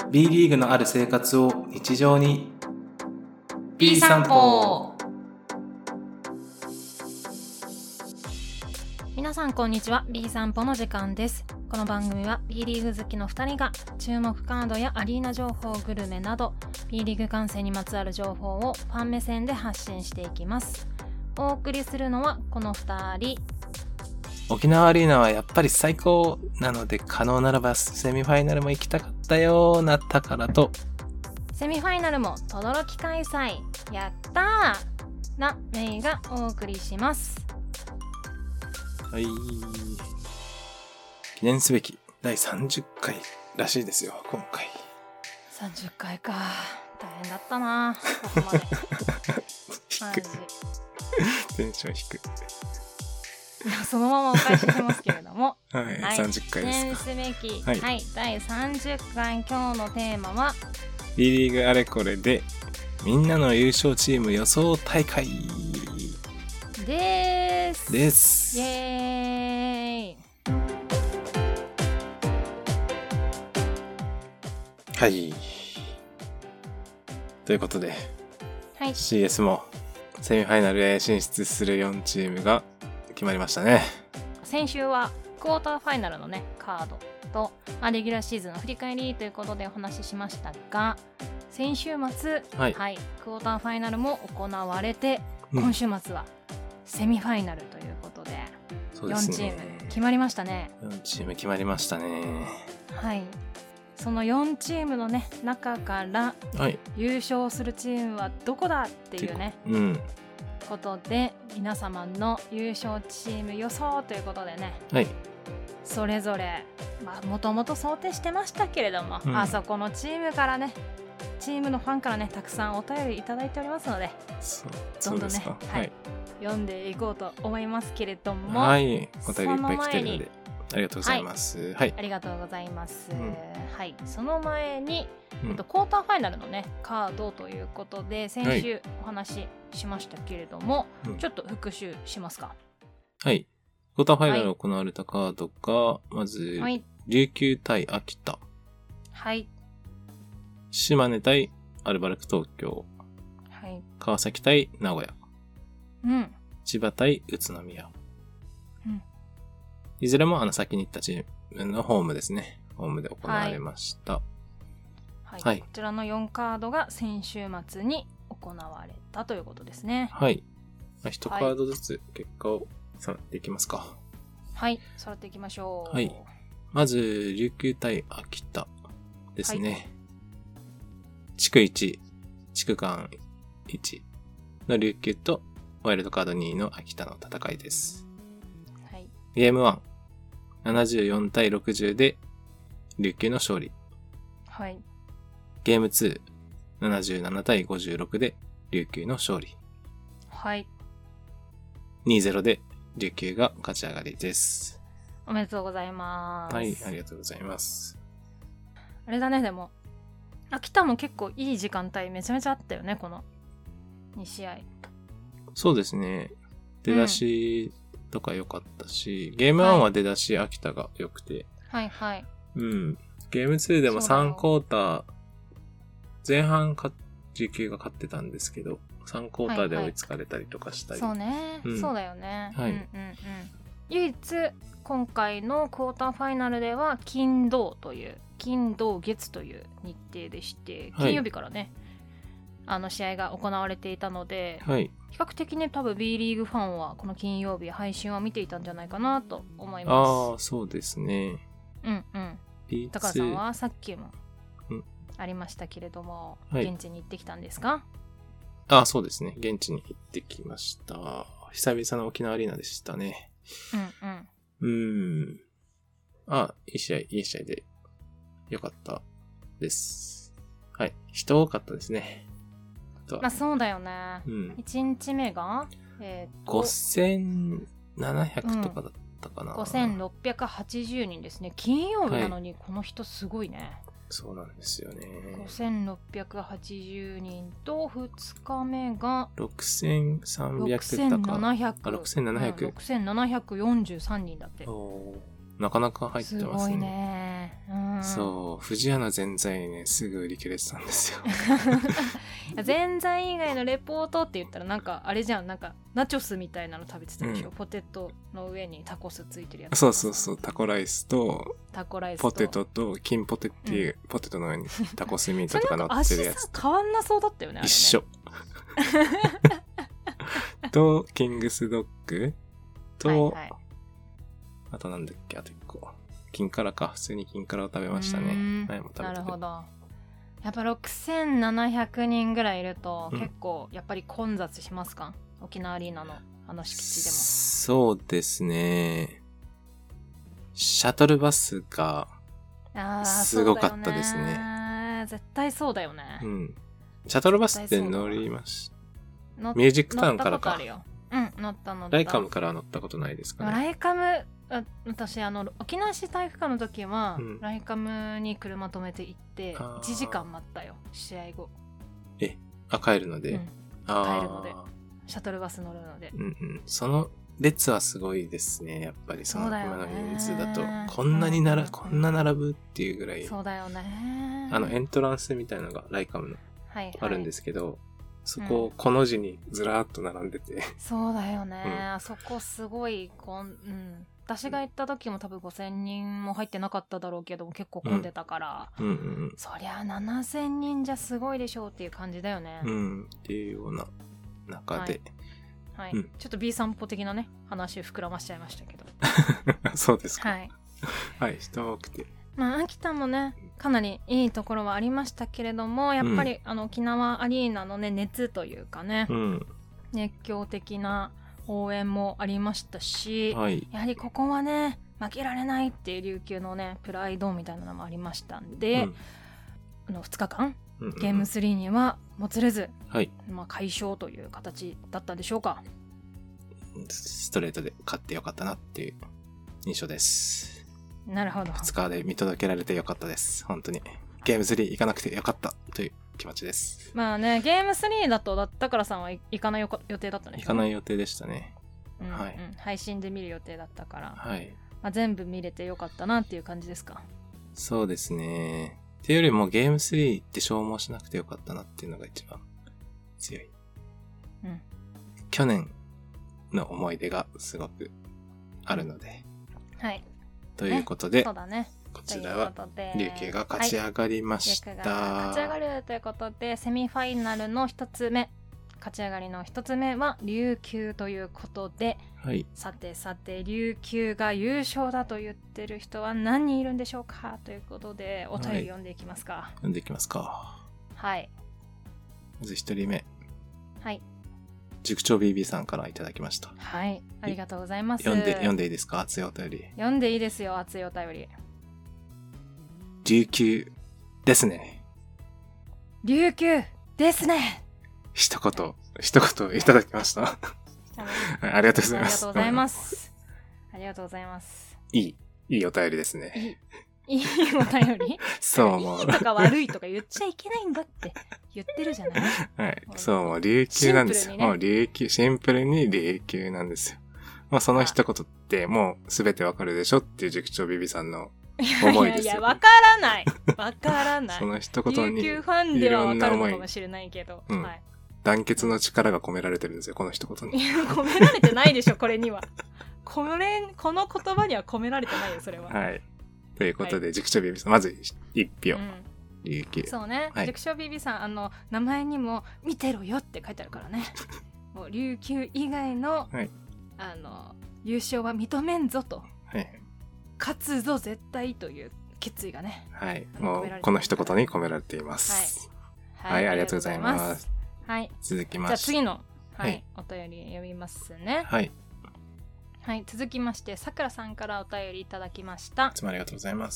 B リーグのある生活を日常に B 散歩。皆さんこんにちは。 B 散歩の時間です。この番組は B リーグ好きの2人が注目カードやアリーナ情報、グルメなど B リーグ観戦にまつわる情報をファン目線で発信していきます。お送りするのはこの2人。 沖縄アリーナはやっぱり最高なので、可能ならばセミファイナルも行きたかったよなったからと、 セミファイナルも轟き開催やったーなメイがお送りします。 はい、記念すべき第30回らしいですよ今回。 30回か、大変だったなここまでマジテンション低い。 いや、そのままお返ししますけれどもはい、はい、30回ですか。 記念すべき、 はい、 はい、第30回、今日のテーマは B リーグあれこれでみんなの優勝チーム予想大会です。イエーイ。 はい、ということで、 はい、 CS もセミファイナルへ進出する4チームが決まりましたね。 先週はクォーターファイナルのねカードと、レギュラーシーズンの振り返りということでお話ししましたが、先週末、はいはい、クォーターファイナルも行われて、今週末はセミファイナルということで、 そうですね、 4チーム決まりましたね。 4チーム決まりましたね。 はい、その4チームのね中から、はい、優勝するチームはどこだっていうね、ことで、皆様の優勝チーム予想ということでね、はい、それぞれもともと想定してましたけれども、あそこのチームからね、チームのファンからねたくさんお便りいただいておりますので、どんどんね、はい、読んでいこうと思いますけれども、はい、お便りいっぱい来てるのでありがとうございます。はい、ありがとうございます。はい、その前に、クォーターファイナルのねカードということで、先週お話ししましたけれども、ちょっと復習しますか。 はい、クォーターファイナル行われたカードが、まず、琉球対秋田、はい、島根対アルバルク東京、はい、川崎対名古屋、千葉対宇都宮、いずれも先に行ったチームのホームですね。ホームで行われました。 はいはい、こちらの4カードが先週末に行われたということですね。はい。 1カードずつ結果をさらっていきますか。 はい、さらっていきましょう。はい。 まず、琉球対秋田ですね。はい、地区1、地区間1の琉球とワイルドカード2位の秋田の戦いです。はい。ゲーム1、74対60で琉球の勝利。はい。ゲーム2、77対56で琉球の勝利。はい。2-0 で琉球が勝ち上がりです。 おめでとうございます。 はい、ありがとうございます。 あれだね、でも秋田も結構いい時間帯めちゃめちゃあったよね、この2試合。 そうですね。出だしとか良かったし、ゲーム1は出だし秋田が良くて、はいはい。ゲーム2でも3クォーター前半琉球が勝ってたんですけど、3クォーターで追いつかれたりとかしたり、そうね、そうだよね。はい。唯一今回のクォーターファイナルでは金土月という日程でして、金曜日からね、試合が行われていたので、はい、比較的ね多分 B リーグファンはこの金曜日配信は見ていたんじゃないかなと思います。 ああ、そうですね。 高橋さんはさっきもありましたけれども、現地に行ってきたんですか？ ああ、そうですね。現地に行ってきました。久々の沖縄アリーナでしたね。いい試合でよかったです。はい。人多かったですね。 そうだよね。1日目が、 5700とかだったかな。 5680人ですね。金曜日なのにこの人すごいね。 そうなんですよね。 5680人と、2日目が 6300だったか。 6743人だって。 なかなか入ってますね。 すごいね。 ね。 そう、藤穴ぜんざいね、すぐ売り切れてたんですよ。 ぜんざい以外のレポートって言ったらなんかあれじゃん、なんかナチョスみたいなの食べてたでしょ、ポテトの上にタコスついてるやつ。 そうそうそう、タコライスとポテトと金ポテっていう、ポテトの上にタコスミートとか乗ってるやつ。 味さ変わんなそうだったよね、あれね。 一緒。と、キングスドッグと、あとなんだっけ、あと1個。金辛か。普通に金辛を食べましたね。前も食べて。 なるほど。やっぱ6700人ぐらいいると、結構やっぱり混雑しますか？沖縄アリーナの敷地でも。 そうですね。シャトルバスがすごかったですね。 絶対そうだよね。 シャトルバスって乗りました。ミュージックタウンからか。 乗った。 ライカムからは乗ったことないですかね。 ライカム、私沖縄市体育館の時は、ライカムに車止めて行って1時間待ったよ、試合後。 帰るので、 帰るのでシャトルバス乗るので、 その列はすごいですね。やっぱりその今の人数だとこんな並ぶっていうぐらい。 そうだよね。 エントランスみたいなのがライカムのあるんですけど、そこをこの字にずらーっと並んでて、 そうだよね、あそこすごい私が行った時も多分5000人も入ってなかっただろうけども結構混んでたから、そりゃ7000人じゃすごいでしょうっていう感じだよね。 っていうような中で、 ちょっと B 散歩的なね話を膨らましちゃいましたけど。 そうですか。はい、人多くて。 秋田もねかなりいいところはありましたけれども、やっぱり、沖縄アリーナのね熱というかね、熱狂的な応援もありましたし、やはりここはね負けられないっていう琉球のねプライドみたいなのもありましたんで、2日間、ゲーム3にはもつれず、快勝という形だったでしょうか。 ストレートで勝ってよかったなっていう印象です。 なるほど。 2日で見届けられてよかったです。本当にゲーム3行かなくてよかったという気持ちです。 まあね、ゲーム3だとだからさんは行かない予定だったんでしょ？ 行かない予定でしたね。 配信で見る予定だったから、全部見れてよかったなっていう感じですか？ そうですね。っていうよりもゲーム3って消耗しなくてよかったなっていうのが一番強い。去年の思い出がすごくあるので。ということで、 そうだね、 こちらは琉球が勝ち上がりました。 琉球が勝ち上がるということで、セミファイナルの一つ目、勝ち上がりの一つ目は琉球ということで、さて琉球が優勝だと言ってる人は何人いるんでしょうかということで、お便り読んでいきますか。 読んでいきますか。 まず一人目、塾長 BB さんからいただきました。 ありがとうございます。 読んでいいですか？熱いお便り。 読んでいいですよ、熱いお便り。 琉球ですね。 琉球ですね。 一言いただきました。ありがとうございます。 ありがとうございます。ありがとうございます。 いいお便りですね。 いいお便り？ そう、もう。 いいとか悪いとか言っちゃいけないんだって言ってるじゃない？ そう、もう琉球なんですよ。もうシンプルに琉球なんですよ。もうその一言ってもう全てわかるでしょっていう塾長ビビさんの思いですよ。 いや、わからない。わからない。 その一言に。 琉球ファンではわかるのかもしれないけど。 団結の力が込められてるんですよ、この一言に。 込められてないでしょ、これには。この言葉には込められてないよ、それは。 ということで、塾長ビビさん、まず一票。琉球。 そうね。塾長ビビさん、名前にも見てろよって書いてあるからね。もう琉球以外の、優勝は認めんぞと。勝つぞ絶対という決意がね。 もうこの一言に込められています。ありがとうございます。続きまして。 じゃあ次の、お便り読みますね。続きまして、さくらさんからお便りいただきました。 いつもありがとうございます。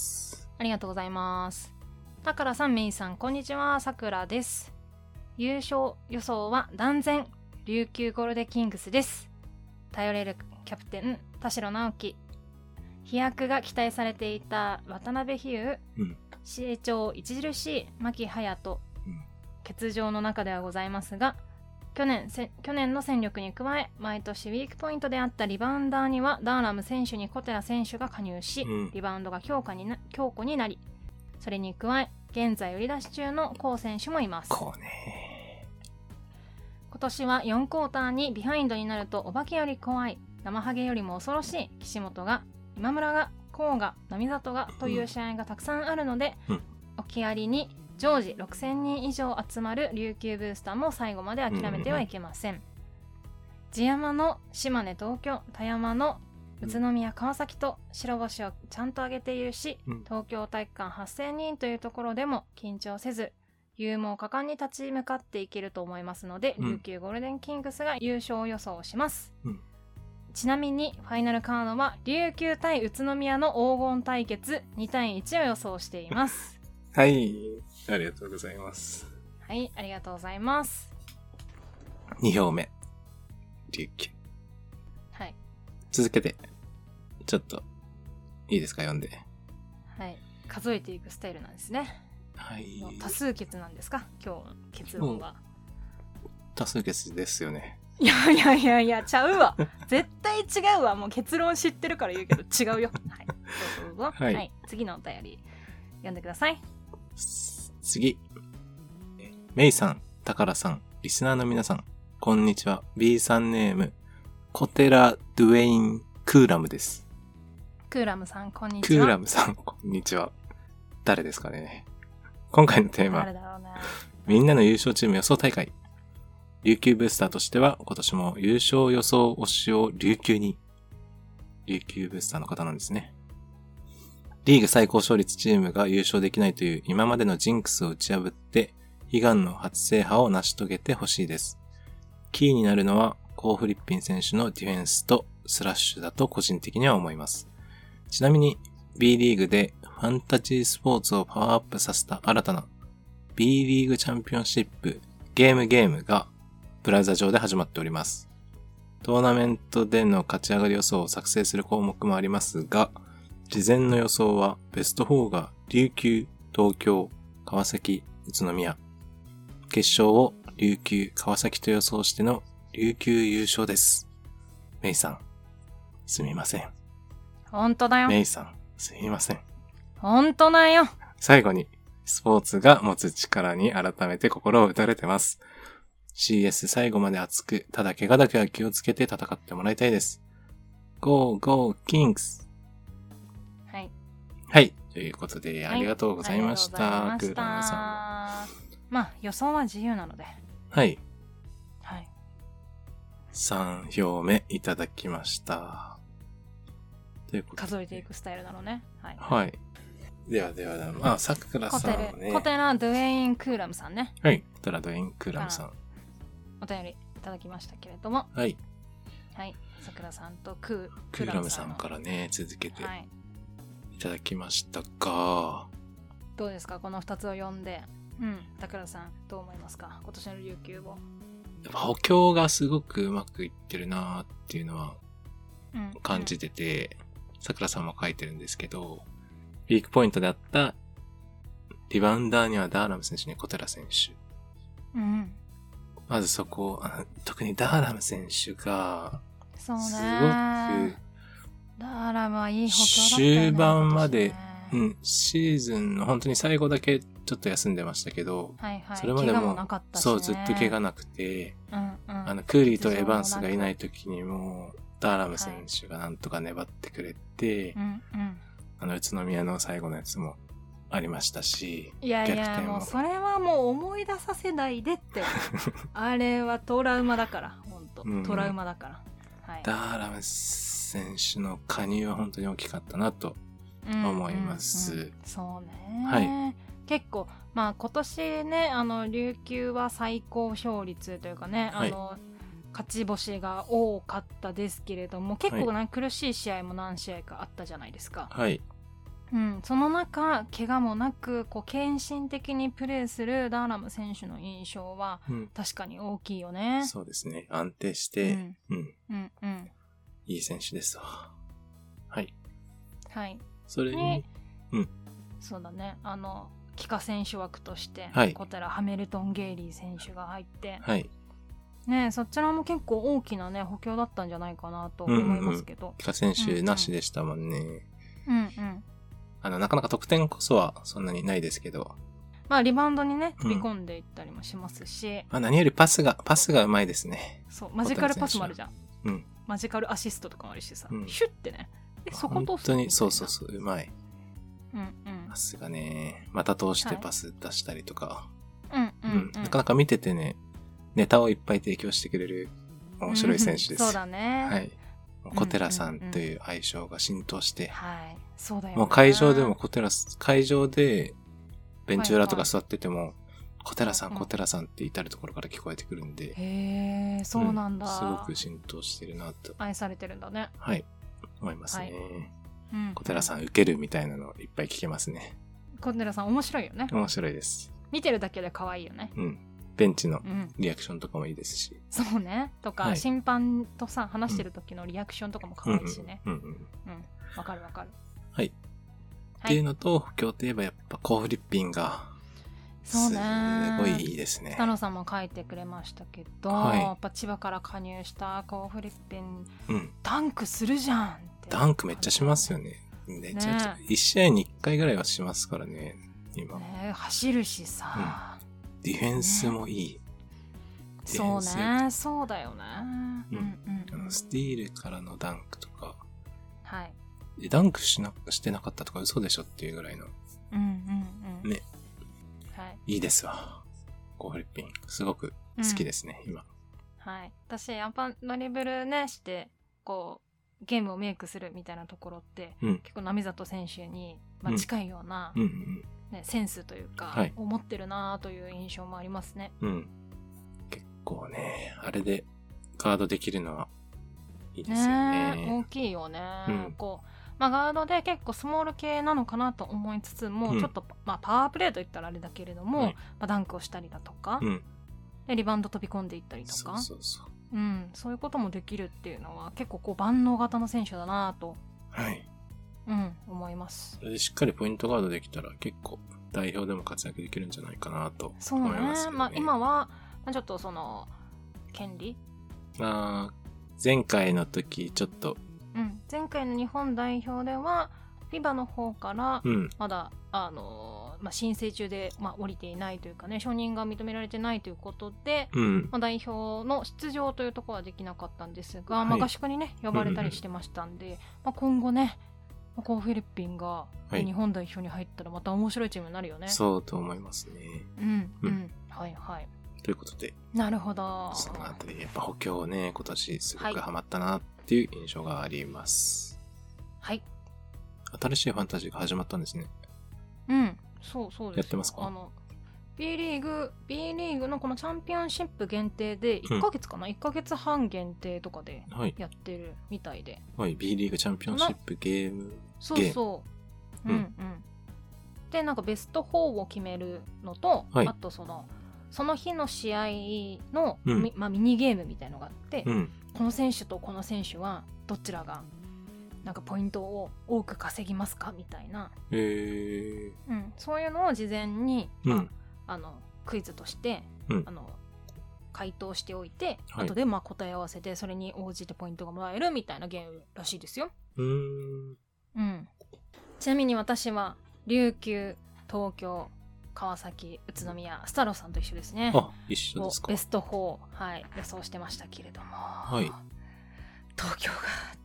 ありがとうございます。たからさん、めいさん、こんにちは。さくらです。優勝予想は断然琉球ゴールデンキングスです。頼れるキャプテン田代直樹、飛躍が期待されていた渡辺比喩、成長著しい牧隼人、欠場の中ではございますが去年の戦力に加え、毎年ウィークポイントであったリバウンダーにはダーラム選手に小寺選手が加入し、リバウンドが強固になり、それに加え現在売り出し中のコウ選手もいます。 こうね。 今年は4クォーターにビハインドになるとお化けより怖い、生ハゲよりも恐ろしい、岸本が、今村が、コウが、並里がという試合がたくさんあるので、お気ありに常時6000人以上集まる琉球ブースターも最後まで諦めてはいけません。地山の島根、東京、田山の宇都宮、川崎と白星をちゃんと上げているし、東京体育館8000人というところでも緊張せず勇猛果敢に立ち向かっていけると思いますので、琉球ゴールデンキングスが優勝予想をします。ちなみにファイナルカードは琉球対宇都宮の黄金対決2対1を予想しています。 はい、ありがとうございます。 はい、ありがとうございます。 2票目、琉球。 はい。 続けて、ちょっと、いいですか、読んで。 はい。数えていくスタイルなんですね。 はい。 多数決なんですか、今日の結論は。 多数決ですよね。 いや、ちゃうわ。絶対違うわ。もう結論知ってるから言うけど、違うよ。はい。どうぞ。はい。次のお便り、読んでください。 次。メイさん、タカラさん、リスナーの皆さん、こんにちは。B さんネーム、コテラ・ドゥエイン・クーラムです。 クーラムさん、こんにちは。 クーラムさん、こんにちは。誰ですかね。今回のテーマ、みんなの優勝チーム予想大会。琉球ブースターとしては、今年も優勝予想推しを琉球に。琉球ブースターの方なんですね。リーグ最高勝率チームが優勝できないという今までのジンクスを打ち破って、悲願の初制覇を成し遂げてほしいです。キーになるのは、コー・フリッピン選手のディフェンスとスラッシュだと個人的には思います。ちなみに B リーグでファンタジースポーツをパワーアップさせた新たな B リーグチャンピオンシップゲームがブラウザ上で始まっております。トーナメントでの勝ち上がり予想を作成する項目もありますが、事前の予想はベスト4が琉球、東京、川崎、宇都宮。決勝を琉球、川崎と予想しての琉球優勝です。メイさん、すみません。 本当だよ。 メイさん、すみません。 本当だよ。 最後に、スポーツが持つ力に改めて心を打たれてます。CS 最後まで熱く、ただ怪我だけは気をつけて戦ってもらいたいです。Go, go, Kings! はい。 はい。ということで、ありがとうございました。クーラムさん。まあ、予想は自由なので。 はい。 はい。 3票目いただきました。ということで数えていくスタイルなのね。はい。 はい。では、まあ、さくらさんね。 コテラ・ドゥエイン・クーラムさんね。 はい。コテラ・ドゥエイン・クーラムさん。 お便りいただきましたけれども。 はい。 はい。さくらさんとクーラムさんからね、続けていただきましたが、 どうですかこの2つを読んで。さくらさん、どう思いますか今年の琉球を。 やっぱ補強がすごくうまくいってるなーっていうのは感じてて、さくらさんも書いてるんですけど、ウィークポイントであったリバウンダーにはダーラム選手に小寺選手。まずそこ、特にダーラム選手が、 そうね。 すごく、 ダーラムはいい補強だったよね。 終盤まで、シーズンの本当に最後だけちょっと休んでましたけど、それまでも、そう、ずっと怪我なくて、クーリーとエヴァンスがいない時にも、ダーラム選手がなんとか粘ってくれて、宇都宮の最後のやつもありましたし、 いやいや、もうそれはもう思い出させないでって。あれはトラウマだから、本当、トラウマだから。はい、 ダーラム選手の加入は本当に大きかったなと思います。 そうね。 はい。 結構、まあ今年ね、琉球は最高勝率というかね、勝ち星が多かったですけれども、結構ね、苦しい試合も何試合かあったじゃないですか。 はい。 その中、怪我もなく献身的にプレーするダーラム選手の印象は、確かに大きいよね。 そうですね。安定して、いい選手ですわ。はい。 はい。 それに、 そうだね。帰化選手枠として、 はい、 小寺ハメルトン・ゲイリー選手が入って、 はい。 ね、そちらも結構大きなね補強だったんじゃないかなと思いますけど。 帰化選手なしでしたもんね。 うんうん。 なかなか得点こそはそんなにないですけど。 まあリバウンドにね飛び込んでいったりもしますし。 何よりパスがうまいですね。 そう、マジカルパスもあるじゃん。 うん。 マジカルアシストとかもあるしさ、シュッてね。そこ通す本当にそう、うまい。 うんうん。 パスがね、また通してパス出したりとか。 なかなか見ててね、ネタをいっぱい提供してくれる面白い選手です。 そうだね。 はい。小寺さんという愛称が浸透して。 はい。そうだよね。 もう会場でも会場でベンチ裏とか座ってても、小寺さんって至るところから聞こえてくるんで。 へー、そうなんだ。 すごく浸透してるなと。 愛されてるんだね。 はい。思いますね。小寺さん受けるみたいなのいっぱい聞けますね。 小寺さん面白いよね。 面白いです。 見てるだけで可愛いよね。 ベンチのリアクションとかもいいですし。 そうね。とか、審判とさ、話してる時のリアクションとかも可愛いしね。わかるわかる。 はい。っていうのと、補強といえばやっぱコーフリッピンが、 そうね。 すごいいいですね。 北野さんも書いてくれましたけど、やっぱ千葉から加入したコーフリッピン、ダンクするじゃんって。 ダンクめっちゃしますよね。めちゃくちゃ。1試合に1回ぐらいはしますからね、今。 走るしさ。 ディフェンスもいい。 そうね、そうだよね。 スティールからのダンクとか。 はい。 ダンクしてなかったとか嘘でしょっていうぐらいの。ね。 はい。 いいですわ。コーフリッピン。すごく好きですね、今。 はい。私、やっぱドリブルね、して、こう、ゲームをメイクするみたいなところって、結構並里選手に、近いような、センスというか、を持ってるなという印象もありますね。 結構ね、あれでガードできるのはいいですよね。 大きいよね。こう、ガードで結構スモール系なのかなと思いつつも、ちょっと、パワープレーといったらあれだけれども、ダンクをしたりだとか、でリバウンド飛び込んでいったりとか、そういうこともできるっていうのは結構こう万能型の選手だなと、思います。 それでしっかりポイントガードできたら結構代表でも活躍できるんじゃないかなと思いますけどね。 そうね。今はちょっとその権利、 前回の時ちょっと、 前回の日本代表ではFIBA の方からまだ、申請中で、降りていないというかね、承認が認められてないということで、代表の出場というところはできなかったんですが、合宿にね呼ばれたりしてましたんで、今後ねコーフィリッピンが日本代表に入ったらまた面白いチームになるよね。 そうと思いますね。 はいはい。 ということで、 なるほど。 そのあたりやっぱ補強ね、今年すごくハマったなっていう印象があります。 はい。 新しいファンタジーが始まったんですね。 そうです。 やってますか ？B リーグのこのチャンピオンシップ限定で1ヶ月かな、1ヶ月半限定とかでやってるみたいで。 はい、B リーグチャンピオンシップゲーム。 そう。で、なんかベスト4を決めるのと、あとその日の試合の、ミニゲームみたいのがあって、この選手とこの選手はどちらがなんかポイントを多く稼ぎますかみたいな、そういうのを事前に、クイズとして、回答しておいて、後で答え合わせてそれに応じてポイントがもらえるみたいなゲームらしいですよ。ちなみに私は琉球、東京、川崎、宇都宮、スタロさんと一緒ですね。 一緒ですか。 ベスト4、予想してましたけれども、東京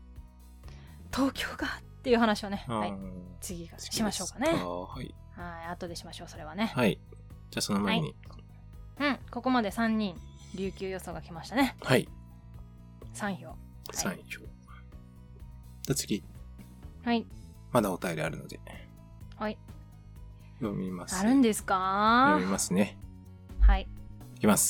がっていう話をね、次がしましょうかね。後でしましょう、それはね。 じゃあその前に、 ここまで3人琉球予想が来ましたね。3票。 3票。じゃあ次。まだお便りあるので。読みます。 あるんですか？ 読みますね。いきます。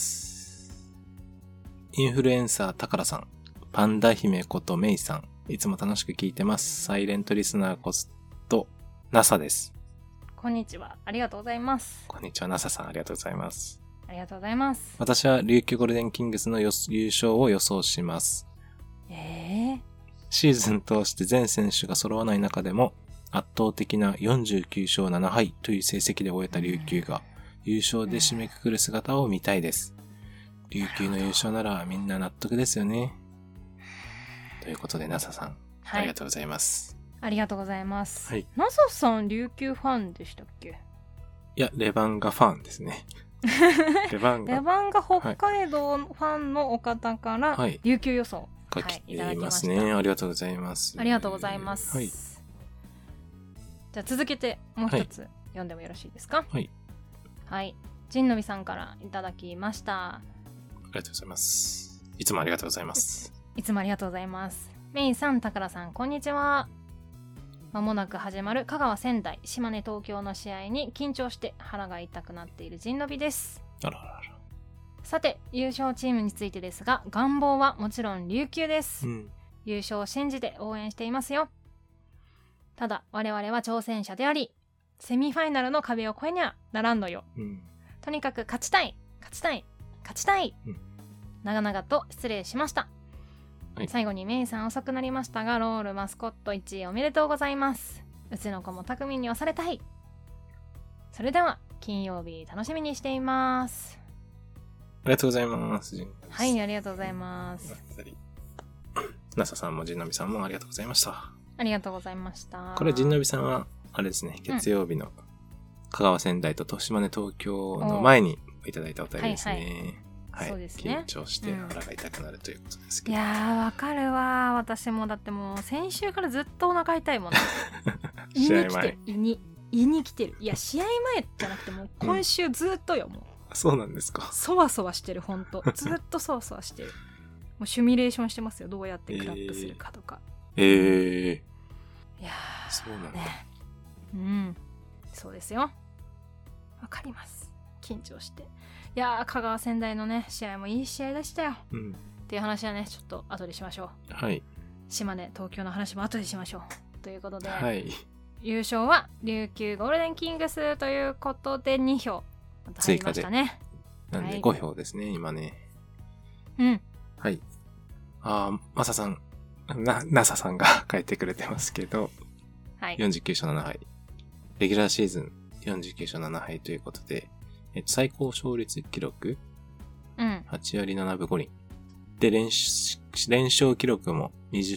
インフルエンサーたからさん、パンダ姫ことメイさん、いつも楽しく聞いてます。サイレントリスナーコスト NASA です。 こんにちは、ありがとうございます。 こんにちは、 NASA さん、ありがとうございます。 ありがとうございます。 私は琉球ゴールデンキングスの優勝を予想します。シーズン通して全選手が揃わない中でも圧倒的な49勝7敗という成績で終えた琉球が優勝で締めくくる姿を見たいです。 琉球の優勝ならみんな納得ですよね。ということで、NASA さん、ありがとうございます。 ありがとうございます。 はい。 NASA さん、琉球ファンでしたっけ？ いや、レバンガファンですね。 レバンガ北海道ファンのお方から、琉球予想。 書きていますね。ありがとうございます。 ありがとうございます。はい。じゃあ続けてもう一つ読んでもよろしいですか？ はい。 はい。陣のびさんからいただきました。 ありがとうございます。いつもありがとうございます。 いつもありがとうございます。メイさん、タカラさん、こんにちは。まもなく始まる香川仙台、島根東京の試合に緊張して腹が痛くなっている陣のびです。 あらあらあら。 さて、優勝チームについてですが、願望はもちろん琉球です。優勝を信じて応援していますよ。ただ、我々は挑戦者であり、セミファイナルの壁を越えにゃならんのよ。とにかく勝ちたい、勝ちたい、勝ちたい。長々と失礼しました。最後にメイさん遅くなりましたが、ロールマスコット1位おめでとうございます。うちの子も巧みに押されたい。それでは、金曜日楽しみにしています。 ありがとうございます。 はい、ありがとうございます。 NASA さんも陣のびさんもありがとうございました。 ありがとうございました。 これ陣のびさんはあれですね、月曜日の香川仙台と島根東京の前にいただいたお便りですね。はい、そうですね。緊張して腹が痛くなるということですけど。 いやー、わかるわ。私もだってもう先週からずっとお腹痛いもんね。胃に来てる。胃に来てる。いや、試合前じゃなくてもう今週ずっとよ、もう。 そうなんですか。 そわそわしてる、ほんと。ずっとそわそわしてる。もうシミュレーションしてますよ。どうやってクラップするかとか。いやー。そうなんだ。ね。うん。そうですよ。わかります。緊張して。いやー、香川仙台のね、試合もいい試合でしたよ。っていう話はね、ちょっと後でしましょう。はい。島根、東京の話も後でしましょう。ということで、はい。優勝は琉球ゴールデンキングスということで2票。追加で。 なんで5票ですね、今ね。はい。マサさん、NASA さんが書いてくれてますけど、はい。49勝7敗。レギュラーシーズン49勝7敗ということで、最高勝率記録、8割7分5厘。で、連勝記録も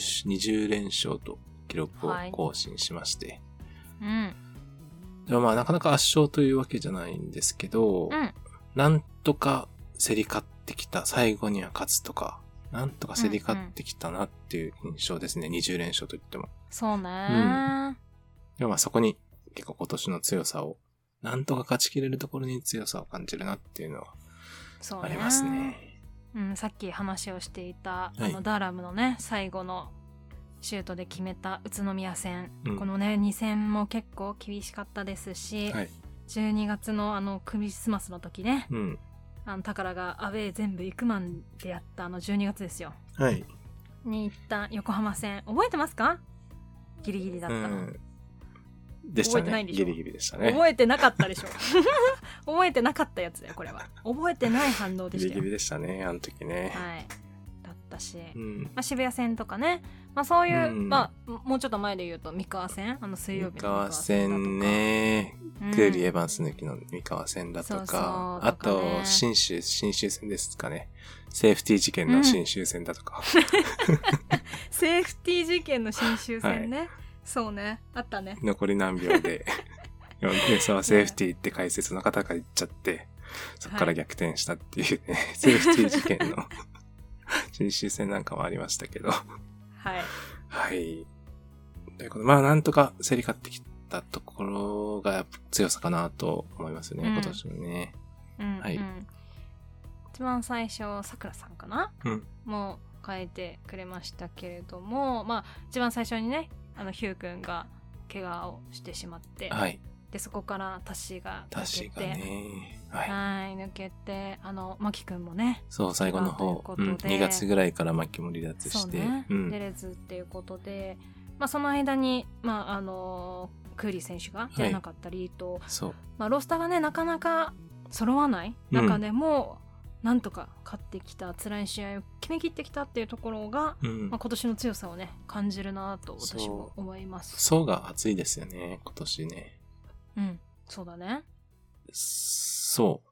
20連勝と記録を更新しまして。でもまあなかなか圧勝というわけじゃないんですけど、なんとか競り勝ってきた、最後には勝つとか、なんとか競り勝ってきたなっていう印象ですね。20連勝といっても。 そうね。 でもまあそこに結構今年の強さを、なんとか勝ちきれるところに強さを感じるなっていうのはありますね。 さっき話をしていた、ダーラムのね、最後のシュートで決めた宇都宮戦、このね2戦も結構厳しかったですし、12月のクリスマスの時ね、宝がアウェー全部行くマンでやった12月ですよ。はい。に行った横浜戦覚えてますか？ギリギリだったの。 でしたね。 覚えてないでしょ。 ギリギリでしたね。 覚えてなかったでしょ。覚えてなかったやつだよこれは。覚えてない反応でしたよ。 ギリギリでしたねあの時ね。 はい。だったし、渋谷戦とかね、そういう、もうちょっと前で言うと三河戦、水曜日の三河戦ね、クーリー・エヴァンス抜きの三河戦だとか、あと信州戦ですかね。セーフティー事件の信州戦だとか。 セーフティー事件の信州戦ね。そうね、あったね。 残り何秒ででそのセーフティーって解説の方が言っちゃって、そこから逆転したっていうね、セーフティー事件の新州戦なんかもありましたけど。はい。はい。ということで、なんとか競り勝ってきたところが強さかなと思いますね、今年のね。はい。 一番最初、さくらさんかな、もう変えてくれましたけれども、一番最初にね、ヒュー君が怪我をしてしまって、はい、でそこからタッシーが抜けて、 ね、 抜けてマキ君もね、 そう最後の方、2月ぐらいからマキも離脱して、 出れずっていうことで、その間にクーリー選手が出なかったりと、ロスターがねなかなか揃わない中でも、なんとか勝ってきた、辛い試合を決めきってきたっていうところが、今年の強さをね感じるなと私も思います。 層が厚いですよね今年ね。 そうだね。 層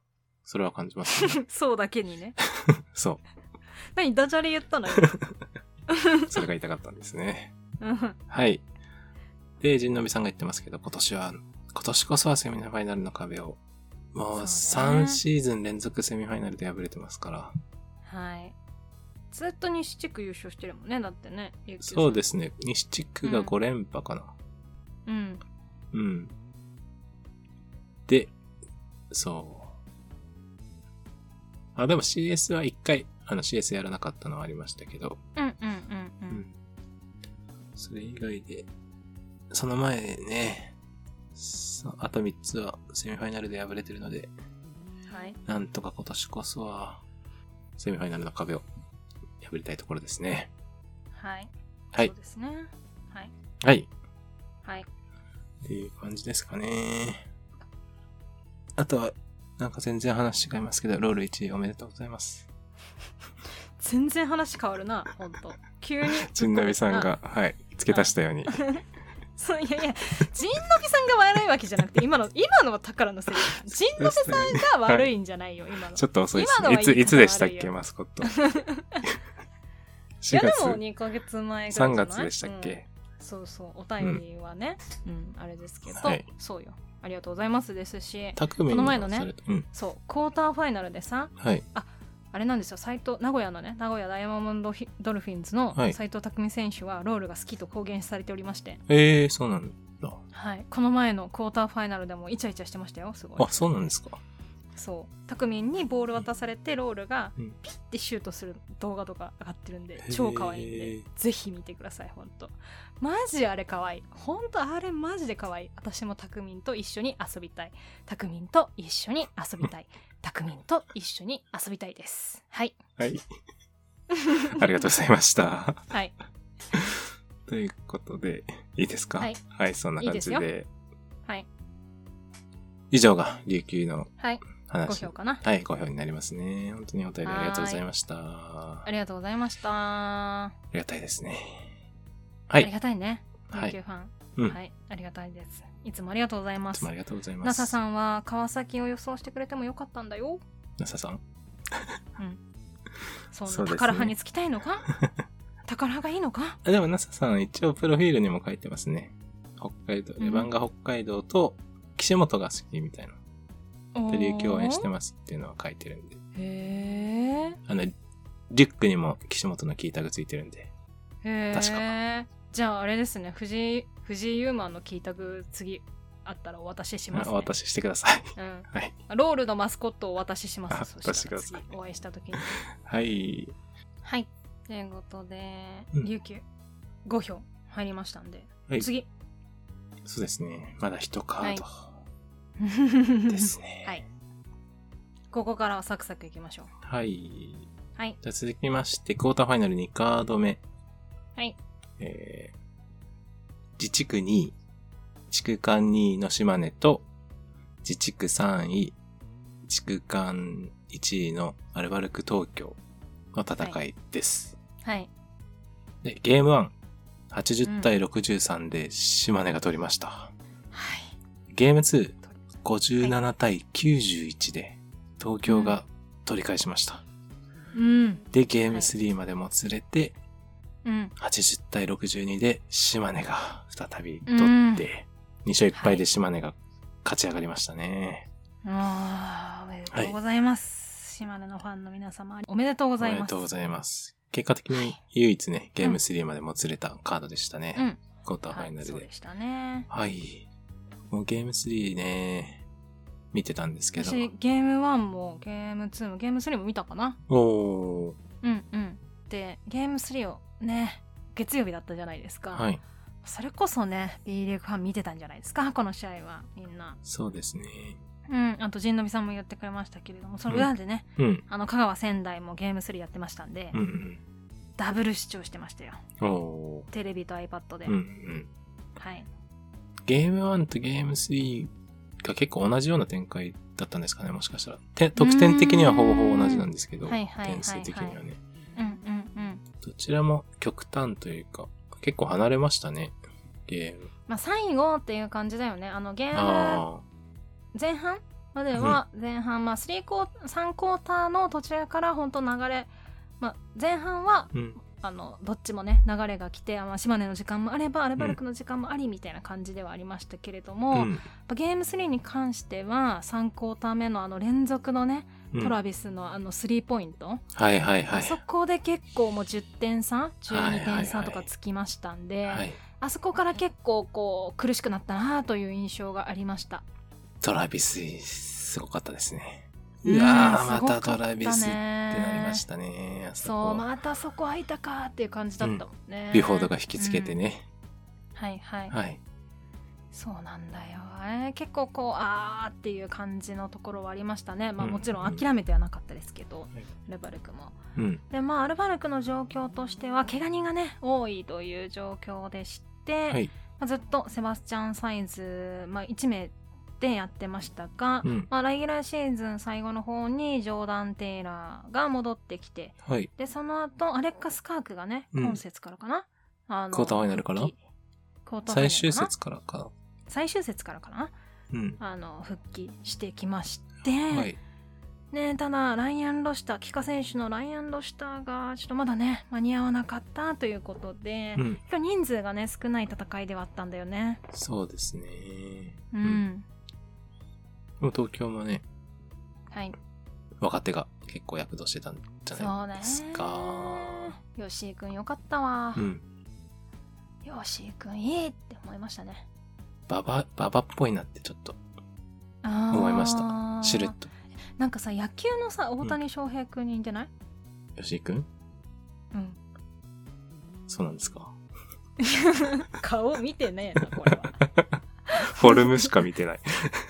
それは感じますね。 そうだけにね。 そう。 何ダジャレ言ったのよ。 それが言いたかったんですね。はい。で、陣のびさんが言ってますけど、今年こそはセミファイナルの壁を、もう3シーズン連続セミファイナルで敗れてますから。 はい。ずっと西地区優勝してるもんね、だってね。 そうですね。西地区が5連覇かな。 うん。 うん。で、そう。でも CS は1回、CS やらなかったのはありましたけど。それ以外で、その前ね、あと3つはセミファイナルで敗れてるので、 はい。 なんとか今年こそは、セミファイナルの壁を破りたいところですね。 はい。 はい。 そうですね。はい。 はい。 はい。 っていう感じですかね。あとは、なんか全然話違いますけど、ロール1位おめでとうございます。 全然話変わるな、ほんと。急に。 陣のびさんが、はい、付け足したように。 そう、いや、陣のびさんが悪いわけじゃなくて、今のは宝のせい。陣のびさんが悪いんじゃないよ、今の。 ちょっと遅いですね。いつでしたっけ、マスコット。 いや、でも2ヶ月前ぐらいじゃない？ 3月でしたっけ？ そうそう、お便りはね、あれですけど、そうよ。ありがとうございますですし、この前のね、そう、クォーターファイナルでさ、あれなんですよ、名古屋のね、名古屋ダイヤモンドドルフィンズの斉藤匠選手はロールが好きと公言されておりまして。 そうなんだ。 はい、この前のクォーターファイナルでもイチャイチャしてましたよ、すごい。 あ、そうなんですか。 そう、タクミンにボール渡されてロールがピッてシュートする動画とか上がってるんで、超可愛いんでぜひ見てください。ほんとマジあれ可愛い。ほんとあれマジで可愛い。私もタクミンと一緒に遊びたい。タクミンと一緒に遊びたい。タクミンと一緒に遊びたいです。はいはいありがとうございました。 はいということでいいですか。はい、そんな感じで。 はい、 以上が琉球の 5票かな。 はい、5票になりますね。本当にお便りありがとうございました。 ありがとうございました。 ありがたいですね。はい。 ありがたいね。琉球ファン。はい。ありがたいです。いつもありがとうございます。 いつもありがとうございます。 ナサさんは川崎を予想してくれてもよかったんだよ。 ナサさんそんな宝派につきたいのか宝派がいいのか。 でもナサさん一応プロフィールにも書いてますね。北海道、レバンガ北海道と岸本が好きみたいな。で、琉球応援してますっていうのは書いてるんで。 へー。 リュックにも岸本のキータグついてるんで。確か。 じゃああれですね、藤井ユーマンのキータグ次あったらお渡ししますね。 お渡ししてください。はい。 ロールのマスコットをお渡しします。 渡してください。 お会いした時に。 はい。 はい。ということで、琉球5票入りましたんで、次。 そうですね。まだ1カード。ですね。 はい。ここからはサクサクいきましょう。 はい。 はい。 じゃあ続きまして、クォーターファイナル2カード目。 はい。 自地区2位、地区間2位の島根と、自地区3位、地区間1位のアルバルク東京の戦いです。 はい。 で、ゲーム1、80対63で島根が取りました。はい。ゲーム2、57対91で東京が取り返しました。で、ゲーム3までもつれて、80対62で島根が再び取って、2勝1敗で島根が勝ち上がりましたね。 おめでとうございます。島根のファンの皆様、おめでとうございます。 おめでとうございます。結果的に唯一ね、ゲーム3までもつれたカードでしたね。クォーターファイナルで。そうでしたね。 はい。もうゲーム3ね、見てたんですけど。 私、ゲーム1もゲーム2もゲーム3も見たかな。で、ゲーム3をね、月曜日だったじゃないですか。はい。それこそね、B リーグファン見てたんじゃないですか、この試合は、みんな。 そうですね。 あと、陣のびさんも言ってくれましたけれども、その裏でね、香川仙台もゲーム3やってましたんで、ダブル視聴してましたよ。テレビと iPad で。はい。 ゲーム1とゲーム3が結構同じような展開だったんですかね、もしかしたら。得点的にはほぼほぼ同じなんですけど、点数的にはね。どちらも極端というか、結構離れましたね、ゲーム。 まあ、最後っていう感じだよね。ゲーム、前半までは前半、3クォーターの途中から本当流れ、前半は、どっちもね流れが来て、島根の時間もあればアルバルクの時間もありみたいな感じではありましたけれども、ゲーム3に関しては3クォーター目の連続のね、トラビスのスリーポイント、あそこで結構もう10点差12点差とかつきましたんで、あそこから結構こう苦しくなったなという印象がありました。 トラビスすごかったですね。うわー、またトラビスってなりましたね。 そう、またそこ空いたかっていう感じだったもんね。 ビュフォードが引きつけてね。 はいはい。そうなんだよ。結構こうっていう感じのところはありましたね。もちろん諦めてはなかったですけど、アルバルクも。でアルバルクの状況としては怪我人がね多いという状況でして、ずっとセバスチャン・サイズ、1名でやってましたが、レギュラーシーズン最後の方にジョーダン・テイラーが戻ってきて、でその後アレッカス・カークがね、今節からかな、 クォーターファイナルかな、最終節からかな、復帰してきまして、ただライアン・ロシター、帰化選手のライアン・ロシターがちょっとまだね間に合わなかったということで、人数がね少ない戦いではあったんだよね。 そうですね。東京もね、若手が結構躍動してたんじゃないですか。 吉井くんよかったわ。吉井くんいいって思いましたね。 ババっぽいなってちょっと思いました。シルエット。 なんかさ、野球のさ、大谷翔平くんに似てない？ 吉井くん？そうなんですか。 顔見てねえな、これは。 フォルムしか見てない。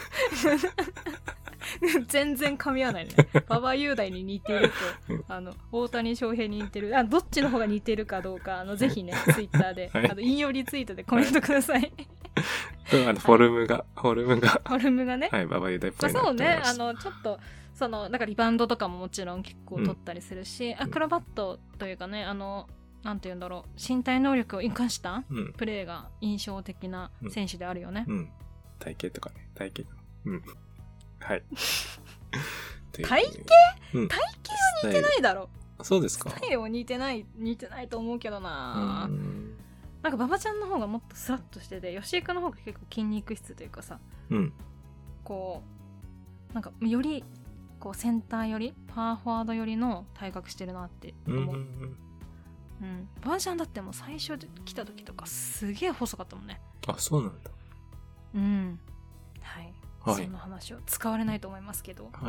全然噛み合わないね。馬場雄大に似てると大谷翔平に似てる、どっちの方が似てるかどうかぜひねツイッターで、引用リツイートでコメントください。 フォルムがね、 馬場雄大っぽいなそうね、ちょっとなんかリバウンドとかももちろん結構取ったりするし、アクロバットというかね、なんて言うんだろう、身体能力を生かしたプレーが印象的な選手であるよね。 体型とかね、はい。 体型は似てないだろ。 そうですか。 スタイルは似てないと思うけどな。なんか馬場ちゃんの方がもっとスラッとしてて、吉井くんの方が結構筋肉質というかさ、こうなんかよりこうセンターよりパワーフォワードよりの体格してるなって思う。馬場ちゃんだってもう最初来た時とかすげえ細かったもんね。 あ、そうなんだ。 そんな話を使われないと思いますけど、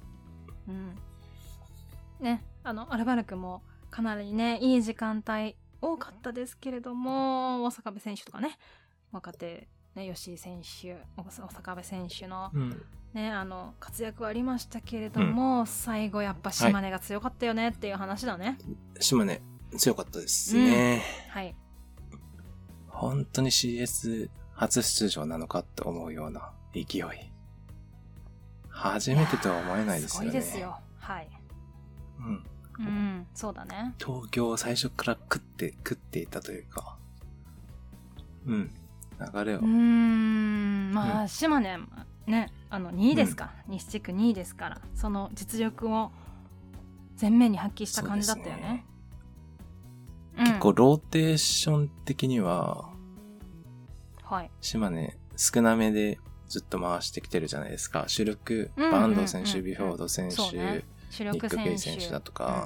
ね、アルバルクもかなりねいい時間帯多かったですけれども、大阪部選手とかね、若手ね、吉井選手、大阪部選手の、活躍はありましたけれども、最後やっぱ島根が強かったよねっていう話だね。 島根強かったですね。本当に CS 初出場なのかって思うような勢い。初めてとは思えないですよね。 すごいですよ。そうだね。 東京を最初から食っていたというか、流れを。 島根ね、2位ですか、西地区2位ですから、その実力を前面に発揮した感じだったよね。 結構ローテーション的には、島根少なめでずっと回してきてるじゃないですか。主力、バンド選手、ビュフォード選手、ニック・ペイ選手だとか、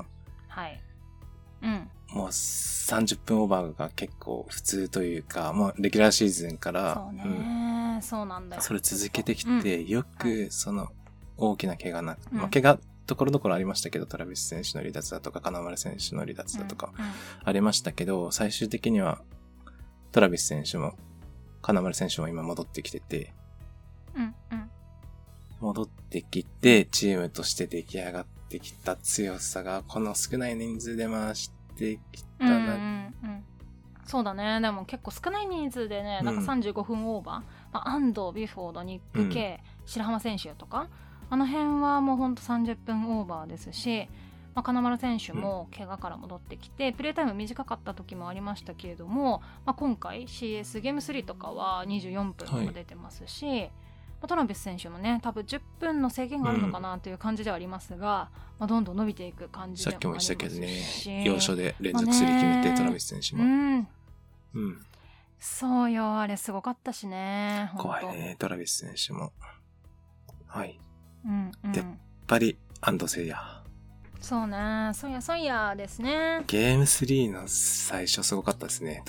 もう30分オーバーが結構普通というか、もうレギュラーシーズンから、 そうなんだよ。 それ続けてきて、よくその大きな怪我なく、怪我ところどころありましたけど、トラビス選手の離脱だとか、金丸選手の離脱だとかありましたけど、最終的にはトラビス選手も金丸選手も今戻ってきてて、戻ってきてチームとして出来上がってきた強さがこの少ない人数で回してきたな。 そうだね。でも結構少ない人数でね、なんか35分オーバー、安藤、ビュフォード、ニック・ケイ、白浜選手とか、あの辺はもうほんと30分オーバーですし、金丸選手も怪我から戻ってきて、プレータイム短かった時もありましたけれども、今回 CS ゲーム3とかは24分とか出てますし、 トラビス選手もね多分10分の制限があるのかなという感じではありますが、どんどん伸びていく感じでもありますし、 さっきも言ったけどね、要所で連続スリー決めて、トラビス選手も、 そうよ、あれすごかったしね。 怖いね、トラビス選手も。はい。やっぱり安藤聖也。 そうね、そうやですね。 ゲーム3の最初すごかったですね。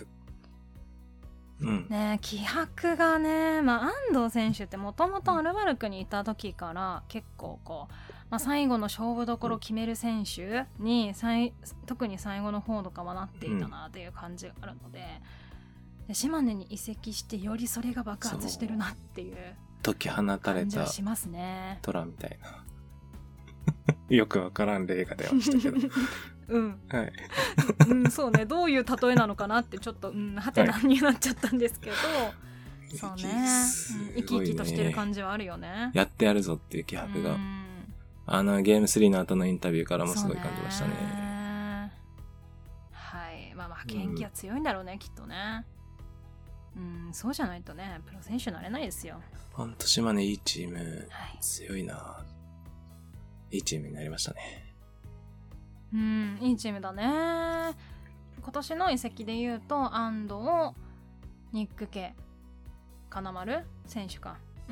ね、気迫がね、安藤選手ってもともとアルバルクにいた時から結構こう、最後の勝負どころを決める選手に特に最後の方とかはなっていたなという感じがあるので、島根に移籍してよりそれが爆発してるなっていう解き放たれたしますね。 虎みたいなよくわからん例が出ましたけどはい、 そうね、どういう例えなのかなってちょっとはてなになっちゃったんですけど、そうね、生き生きとしてる感じはあるよね。 やってやるぞっていう気迫が、ゲーム3の後のインタビューからもすごい感じましたね。 はい、負けん気は強いんだろうね、きっとね。そうじゃないとねプロ選手になれないですよ。 ほんと島根いいチーム、強いな。いいチームになりましたね。 いいチームだね。今年の移籍で言うと安藤、ニック系、金丸選手か、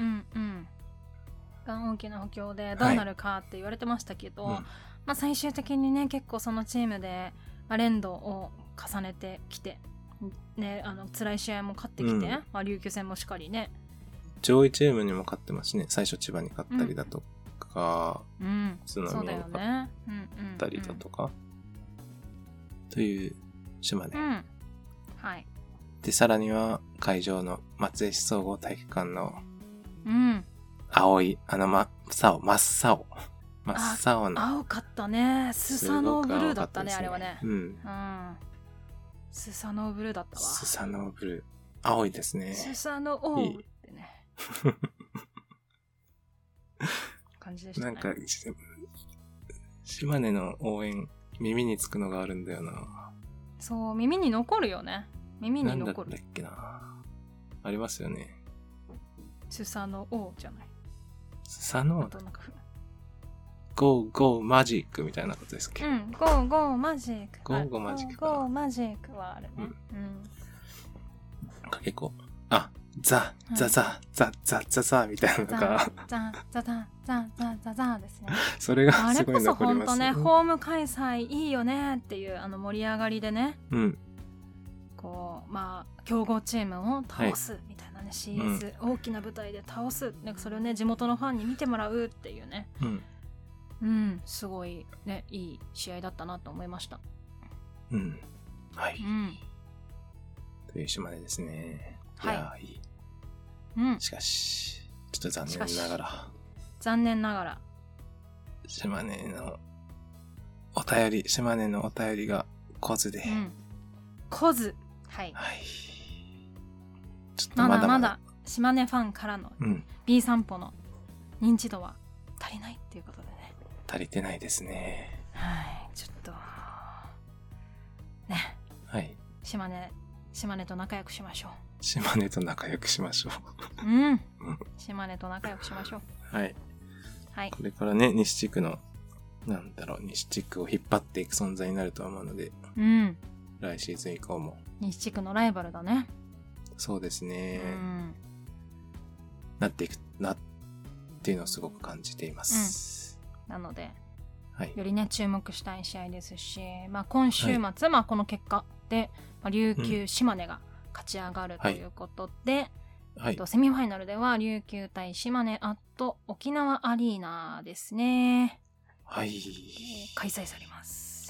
が大きな補強でどうなるかって言われてましたけど、最終的にね結構そのチームで連動を重ねてきてね、辛い試合も勝ってきて、琉球戦もしっかりね、 上位チームにも勝ってますしね。最初千葉に勝ったりだとか、津波に勝ったりだとか、という島根、 はい。 でさらには会場の松江市総合体育館の青い真っ青な青かったね。スサノーブルーだったね、あれはね。スサノーブルーだったわ。 スサノーブルー、青いですね。 スサノーってね感じでしたね。 なんか島根の応援耳につくのがあるんだよな。 そう、耳に残るよね。耳に残る。 なんだったっけな、ありますよね。 スサノーじゃない、 スサノーゴーゴーマジックみたいなことですっけ。 ゴーゴーマジック。 ゴーゴーマジック。 ゴーマジックはあるね。 結構ザみたいなのがザですね。 それがすごい残ります。 あれこそ本当ね、ホーム開催いいよねっていう盛り上がりでね、こう強豪チームを倒すみたいなね、CS 大きな舞台で倒す、なんかそれをね地元のファンに見てもらうっていうね、すごいねいい試合だったなと思いました。 はい。という島根ですね。いやいい。しかしちょっと残念ながら島根のお便りが来ずで、はい、ちょっとまだ島根ファンからの B 散歩の認知度は足りないっていうことでね。 足りてないですね。 ちょっとね、島根と仲良くしましょう。 島根と仲良くしましょう。 島根と仲良くしましょう。 はい。これからね、西地区の西地区を引っ張っていく存在になると思うので、来シーズン以降も西地区のライバルだね。 そうですね。なっていくなっていうのをすごく感じています。 なので、よりね注目したい試合ですし、今週末、この結果で、琉球島根が勝ち上がるということで、セミファイナルでは琉球対島根沖縄アリーナですね。開催されます。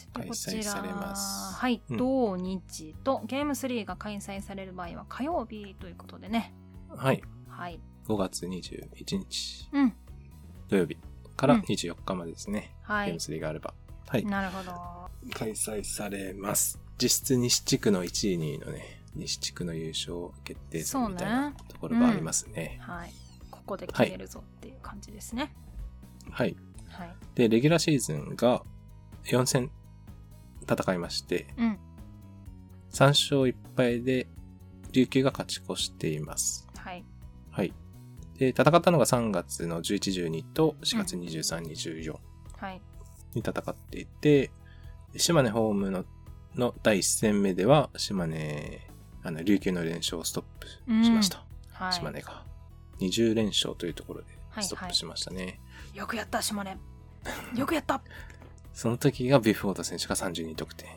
こちら土日とゲーム3が開催される場合は火曜日ということでね。5 月21日、土曜日から24日までですね。ゲーム3があれば。 なるほど。 開催されます。実質西地区の1位2位のね、西地区の優勝決定戦みたいなところがありますね。 ここで決めるぞっていう感じですね。 で、レギュラーシーズンが4戦戦いまして、3勝1敗で琉球が勝ち越しています。 で、戦ったのが3月の11、12と4月23、24に戦っていて、島根ホームの第1戦目では、島根、琉球の連勝をストップしました。島根が。20連勝というところでストップしましたね。 よくやった、島根。よくやったその時がビフォード選手が32得点。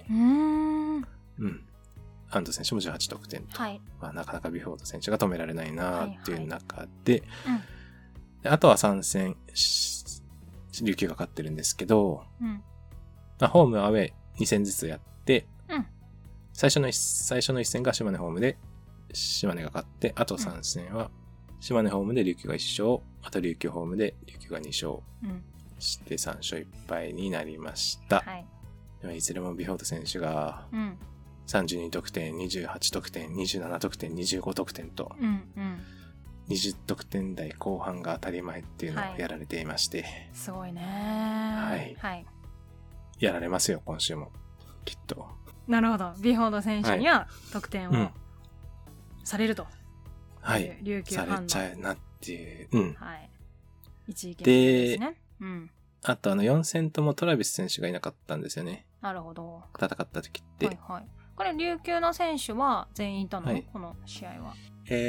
安藤選手も18得点と。なかなかビフォード選手が止められないなっていう中で、あとは3戦、琉球が勝ってるんですけど、ホームアウェイ2戦ずつやって、最初の1戦が島根ホームで島根が勝って、あと3戦は島根ホームで琉球が1勝、あと琉球ホームで琉球が2勝して3勝1敗になりました。いずれもビフォード選手が32得点、28得点、27得点、25得点と、20得点台後半が当たり前っていうのをやられていまして。 すごいね。 やられますよ、今週も。きっと。 なるほど。ビフォード選手には得点をされると。琉球ファンの。 されちゃうなっていう。 一意見ですね。 あと4戦ともトラビス選手がいなかったんですよね。 なるほど。 戦った時って。 これ、琉球の選手は全員いたの、この試合は。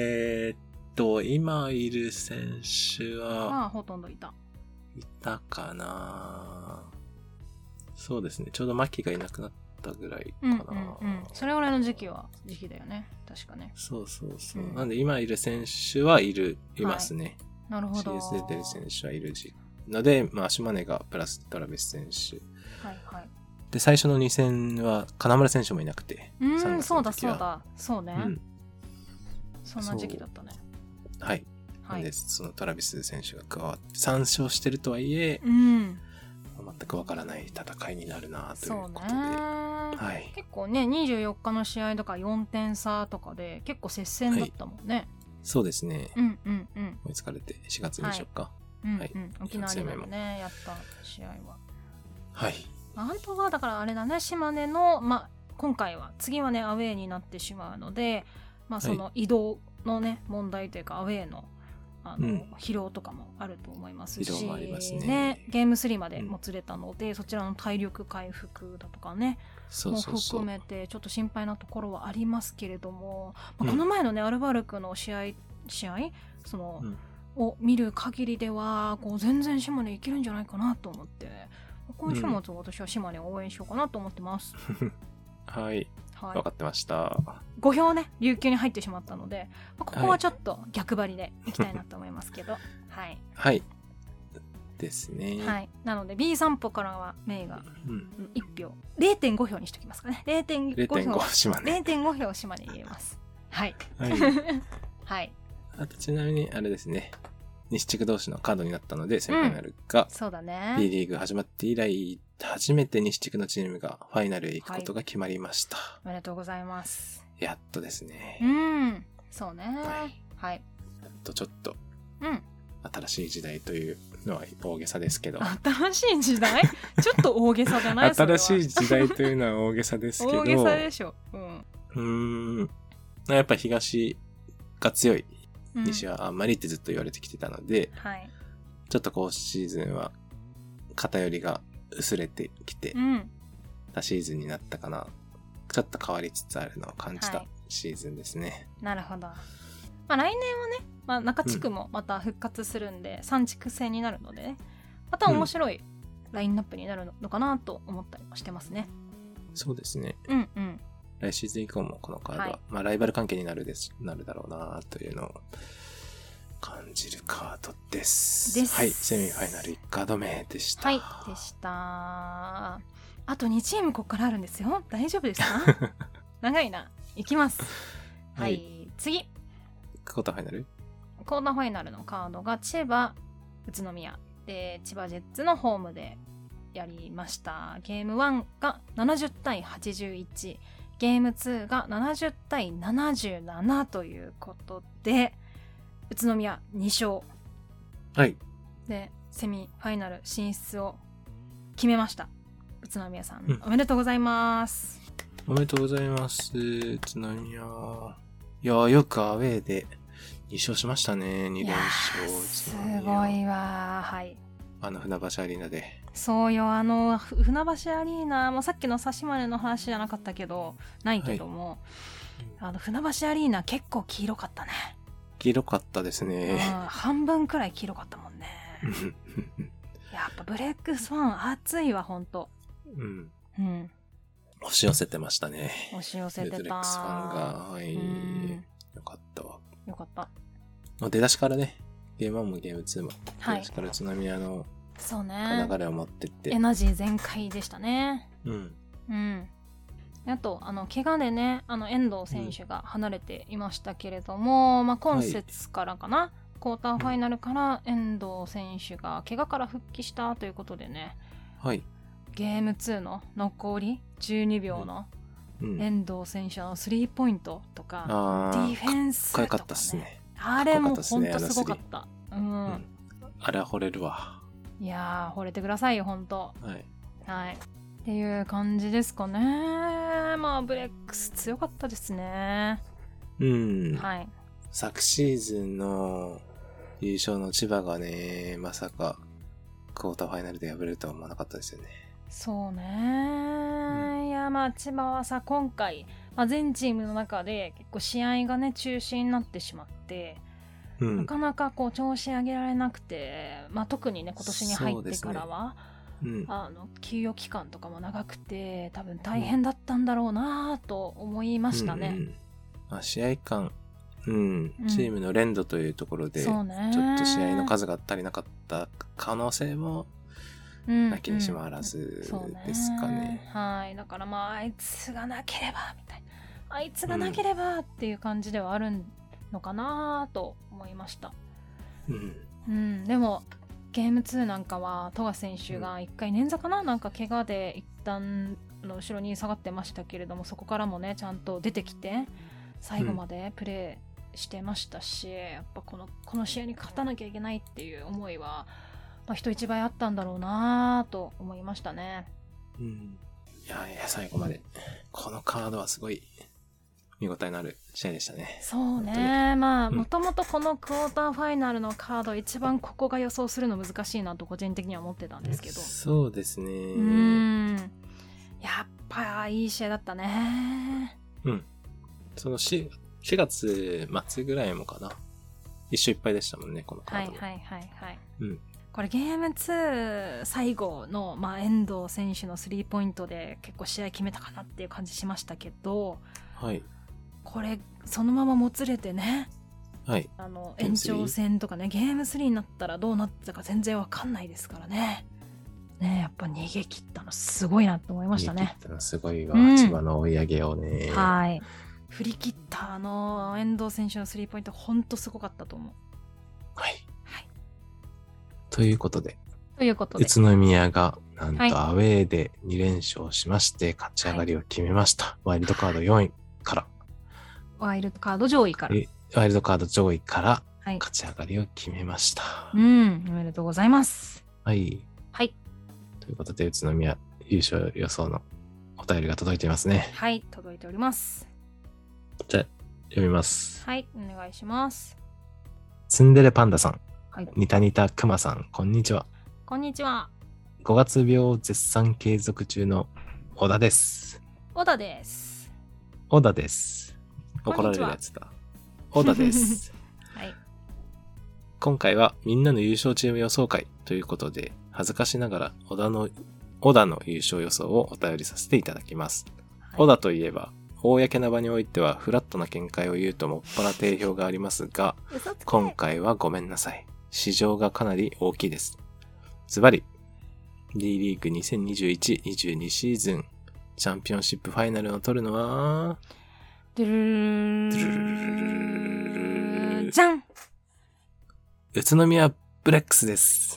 今いる選手は、 ほとんどいたかな。そうですね。ちょうど牧がいなくなったぐらいかな。 それぐらいの時期だよね。確かね。 そう。なんで今いる選手はいますね。 なるほど。 CS 出てる選手はいるので、島根がプラストラビス選手。で、最初の2戦は金村選手もいなくて。 そうだ。そうね。そんな時期だったね。 なんで、そのトラビス選手が加わって、3勝してるとはいえ、全くわからない戦いになるなということで。 結構ね、24日の試合とか4点差とかで結構接戦だったもんね。 そうですね。追いつかれて4月24日。 沖縄でもね、やった試合は。 あとはだからあれだね、島根の今回は次はねアウェーになってしまうので、その移動のね問題というかアウェーの疲労とかもあると思いますし、ゲーム3までもつれたので、そちらの体力回復だとかねも含めてちょっと心配なところはありますけれども、この前のねアルバルクの試合その、を見る限りでは全然島根いけるんじゃないかなと思って、今週末私は島根を応援しようかなと思ってます。 分かってました。 5票ね琉球に入ってしまったので、ここはちょっと逆張りでいきたいなと思いますけどですね。 なので B 散歩からはメイが1票、0.5 票にしときますかね。0.5 票島根入れます。 あとちなみにあれですね、西地区同士のカードになったので、セミファイナルが、 そうだね。 B リーグ始まって以来、初めて西地区のチームがファイナルへ行くことが決まりました。 おめでとうございます。 やっとですね。 そうね。 やっとちょっと、新しい時代というのは大げさですけど。 新しい時代？ちょっと大げさじゃない？ 新しい時代というのは大げさですけど。 大げさでしょ。 やっぱ東が強い。西はあんまりってずっと言われてきてたので、ちょっと今シーズンは偏りが薄れてきて、たシーズンになったかな。ちょっと変わりつつあるのを感じたシーズンですね。 なるほど。来年はね、中地区もまた復活するんで、3地区制になるので、ね、また面白いラインナップになるのかなと思ったりもしてますね。 そうですね。来シーズン以降もこのカードは、ライバル関係になるだろうなというのを感じるカードです。セミファイナル1カード目でした。 でした。あと2チームここからあるんですよ。大丈夫ですか？長いな。いきます。次。 クォーターファイナル？ クォーターファイナルのカードが千葉、宇都宮で、千葉ジェッツのホームでやりました。ゲーム1が70対81。ゲーム2が70対77ということで、宇都宮2勝。で、セミファイナル進出を決めました。宇都宮さん、おめでとうございます。 おめでとうございます。宇都宮。いや、よくアウェーで優勝しましたね、2連勝。 すごいわ。はい。 船橋アリーナで。 そうよ、船橋アリーナもさっきの指原の話じゃなかったけど、ないけども、はい、船橋アリーナ結構黄色かったね。 黄色かったですね。 半分くらい黄色かったもんね。やっぱブレックスファン熱いわ、ほんと。うん。うん。 押し寄せてましたね。 押し寄せてた。 ブレックスファンが、はい。よかったわ。 よかった。 出だしからね、ゲーム1もゲーム2も、出だしから宇都宮の流れを持ってって、 エナジー全開でしたね。うん。うん。あと、怪我でね、遠藤選手が離れていましたけれども、今節からかな、クォーターファイナルから遠藤選手が怪我から復帰したということでね、はい。ゲーム2の残り12秒の遠藤選手のスリーポイントとか、ディフェンスとか、ね、かっこよかったっすね。あれもほんとすごかった。 あれは惚れるわ。 いやー、惚れてくださいよ、ほんと。はい。はい。っていう感じですかね。ブレックス強かったですね。 はい。昨シーズンの優勝の千葉がね、まさかクォーターファイナルで敗れるとは思わなかったですよね。 そうね。いや、千葉はさ、今回、全チームの中で結構試合がね、中止になってしまって、なかなか調子上げられなくて、特にね、今年に入ってからは、休養期間とかも長くて多分大変だったんだろうなと思いましたね。 試合間、チームの連動というところで、ちょっと試合の数が足りなかった可能性もなきにしもあらずですかね。 はい。だからあいつがなければみたいな、あいつがなければっていう感じではあるのかなと思いました。でもゲーム2なんかは富樫選手が1回捻挫かな、なんか怪我で一旦後ろに下がってましたけれども、そこからもねちゃんと出てきて最後までプレーしてましたし、やっぱこの試合に勝たなきゃいけないっていう思いは、人一倍あったんだろうなと思いましたね。 いや最後までこのカードはすごい見応えのある試合でしたね。 そうね。もともとこのクォーターファイナルのカード、一番ここが予想するの難しいなと個人的には思ってたんですけど。 そうですね。 やっぱいい試合だったね。 その4月末ぐらいもかな。一勝一敗でしたもんね、このカード。はい。 これゲーム2最後の、遠藤選手のスリーポイントで結構試合決めたかなっていう感じしましたけど、はい。これそのままもつれてね、はい、延長戦とかね、ゲーム3になったらどうなってたか全然わかんないですからね。やっぱ逃げ切ったのすごいなと思いましたね。逃げ切ったのすごいわ、千葉の追い上げをね。 はい。振り切った遠藤選手のスリーポイントほんとすごかったと思う。はい。はい。 ということで、宇都宮がなんとアウェーで2連勝しまして勝ち上がりを決めました。ワイルドカード4位から。 ワイルドカード上位から勝ち上がりを決めました。 おめでとうございます。 はい。はい。ということで、宇都宮優勝予想のお便りが届いていますね。 はい、届いております。 じゃあ、読みます。 はい、お願いします。 ツンデレパンダさん。はい。ニタニタクマさん、こんにちは。 こんにちは。 5月病絶賛継続中の小田です。 小田です。 怒られるやつだ。小田です。はい。今回はみんなの優勝チーム予想会ということで、恥ずかしながら小田の優勝予想をお便りさせていただきます。はい、小田といえば、公な場においてはフラットな見解を言うともっぱら定評がありますが、今回はごめんなさい。市場がかなり大きいです。ズバリ、D リーグ 2021-22 シーズンチャンピオンシップファイナルを取るのはじゃん、宇都宮ブレックスです。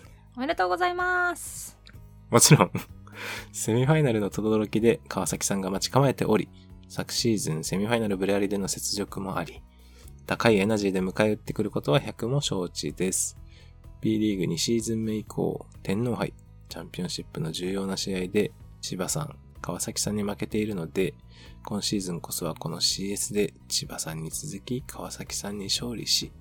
おめでとうございます。 もちろんセミファイナルの轟きで川崎さんが待ち構えており、昨シーズンセミファイナルブレアリでの雪辱もあり、高いエナジーで迎え撃ってくることは100も承知です。B リーグ2シーズン目以降、天皇杯チャンピオンシップの重要な試合で千葉さん、川崎さんに負けているので、今シーズンこそはこの CS で千葉さんに続き川崎さんに勝利し、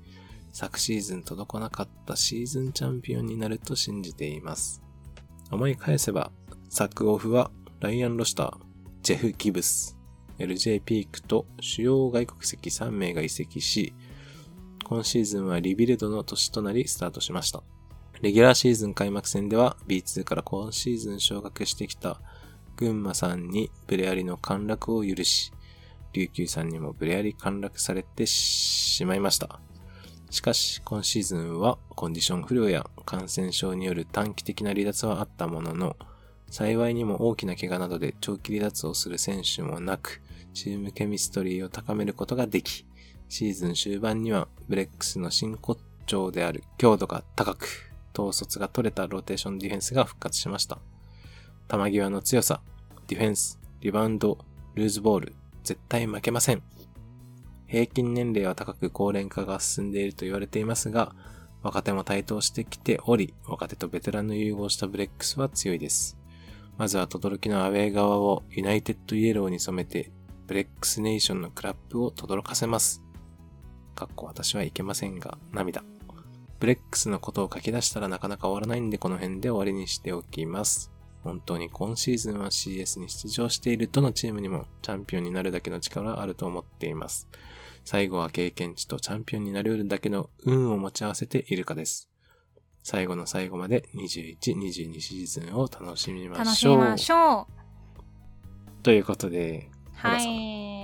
昨シーズン届かなかったシーズンチャンピオンになると信じています。思い返せば、昨オフはライアン・ロシター、ジェフ・ギブス、LJ ピークと主要外国籍3名が移籍し、今シーズンはリビルドの年となりスタートしました。レギュラーシーズン開幕戦では B2 から今シーズン昇格してきた群馬さんにブレアリの陥落を許し、琉球さんにもブレアリ陥落されてしまいました。しかし今シーズンはコンディション不良や感染症による短期的な離脱はあったものの、幸いにも大きな怪我などで長期離脱をする選手もなく、チームケミストリーを高めることができ、シーズン終盤にはブレックスの真骨頂である強度が高く、統率が取れたローテーションディフェンスが復活しました。球際の強さ、ディフェンス、リバウンド、ルーズボール、絶対負けません。平均年齢は高く高齢化が進んでいると言われていますが、若手も台頭してきており、若手とベテランの融合したブレックスは強いです。まずは轟のアウェー側をユナイテッドイエローに染めて、ブレックスネーションのクラップを轟かせます。私はいけませんが、涙。ブレックスのことを書き出したらなかなか終わらないんでこの辺で終わりにしておきます。本当に今シーズンは CS に出場しているどのチームにもチャンピオンになるだけの力はあると思っています。最後は経験値とチャンピオンになれるだけの運を持ち合わせているかです。最後の最後まで21、22シーズンを楽しみましょう。 楽しみましょう。 ということで、 はい。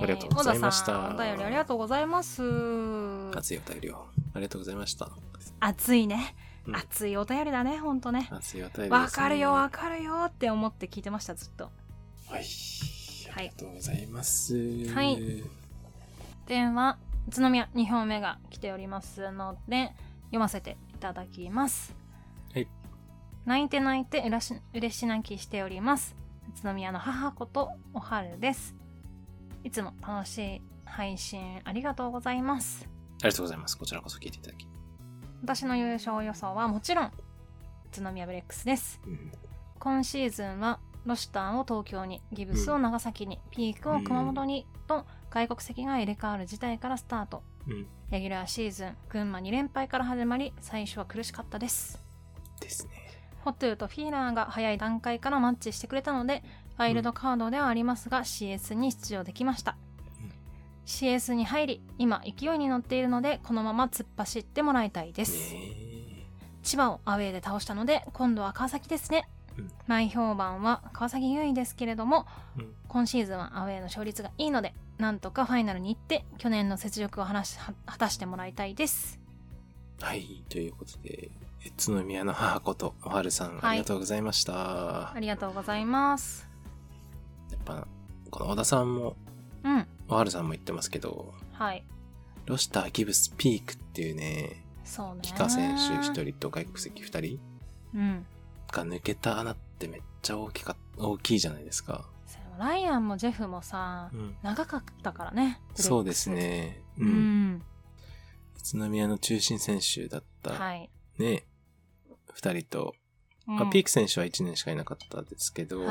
ありがとうございました。 お便りありがとうございます。 熱いお便りをありがとうございました。 熱いね。熱いお便りだね、ほんとね。 熱いお便りですね。 わかるよわかるよって思って聞いてました、ずっと。 はい。ありがとうございます。 はい。では、宇都宮2本目が来ておりますので、読ませていただきます。 はい。 泣いて泣いて嬉し泣きしております。宇都宮の母子とおはるです。いつも楽しい配信ありがとうございます。 ありがとうございます。こちらこそ聞いていただき。 私の優勝予想はもちろん宇都宮ブレックスです。今シーズンはロシターを東京に、ギブスを長崎に、ピークを熊本にと外国籍が入れ替わる事態からスタート。レギュラーシーズン群馬2連敗から始まり、最初は苦しかったです。 ですね。 ホトゥとフィーラーが早い段階からマッチしてくれたので、ワイルドカードではありますが CS に出場できました。CS に入り、今勢いに乗っているのでこのまま突っ走ってもらいたいです。千葉をアウェーで倒したので今度は川崎ですね。前評判は川崎優位ですけれども、今シーズンはアウェーの勝率がいいのでなんとかファイナルに行って去年の雪辱を果たしてもらいたいです。 はい、ということで宇都宮の母ことおはるさん、ありがとうございました。 ありがとうございます。 やっぱこの小田さんも、おはるさんも言ってますけど、ロシター、ギブス、ピークっていうね、帰化選手1人と外国籍2人が抜けた穴ってめっちゃ大きいじゃないですか。 ライアンもジェフもさ、長かったからね。 そうですね。宇都宮の中心選手だった、ね、2人と、ピーク選手は1年しかいなかったですけど、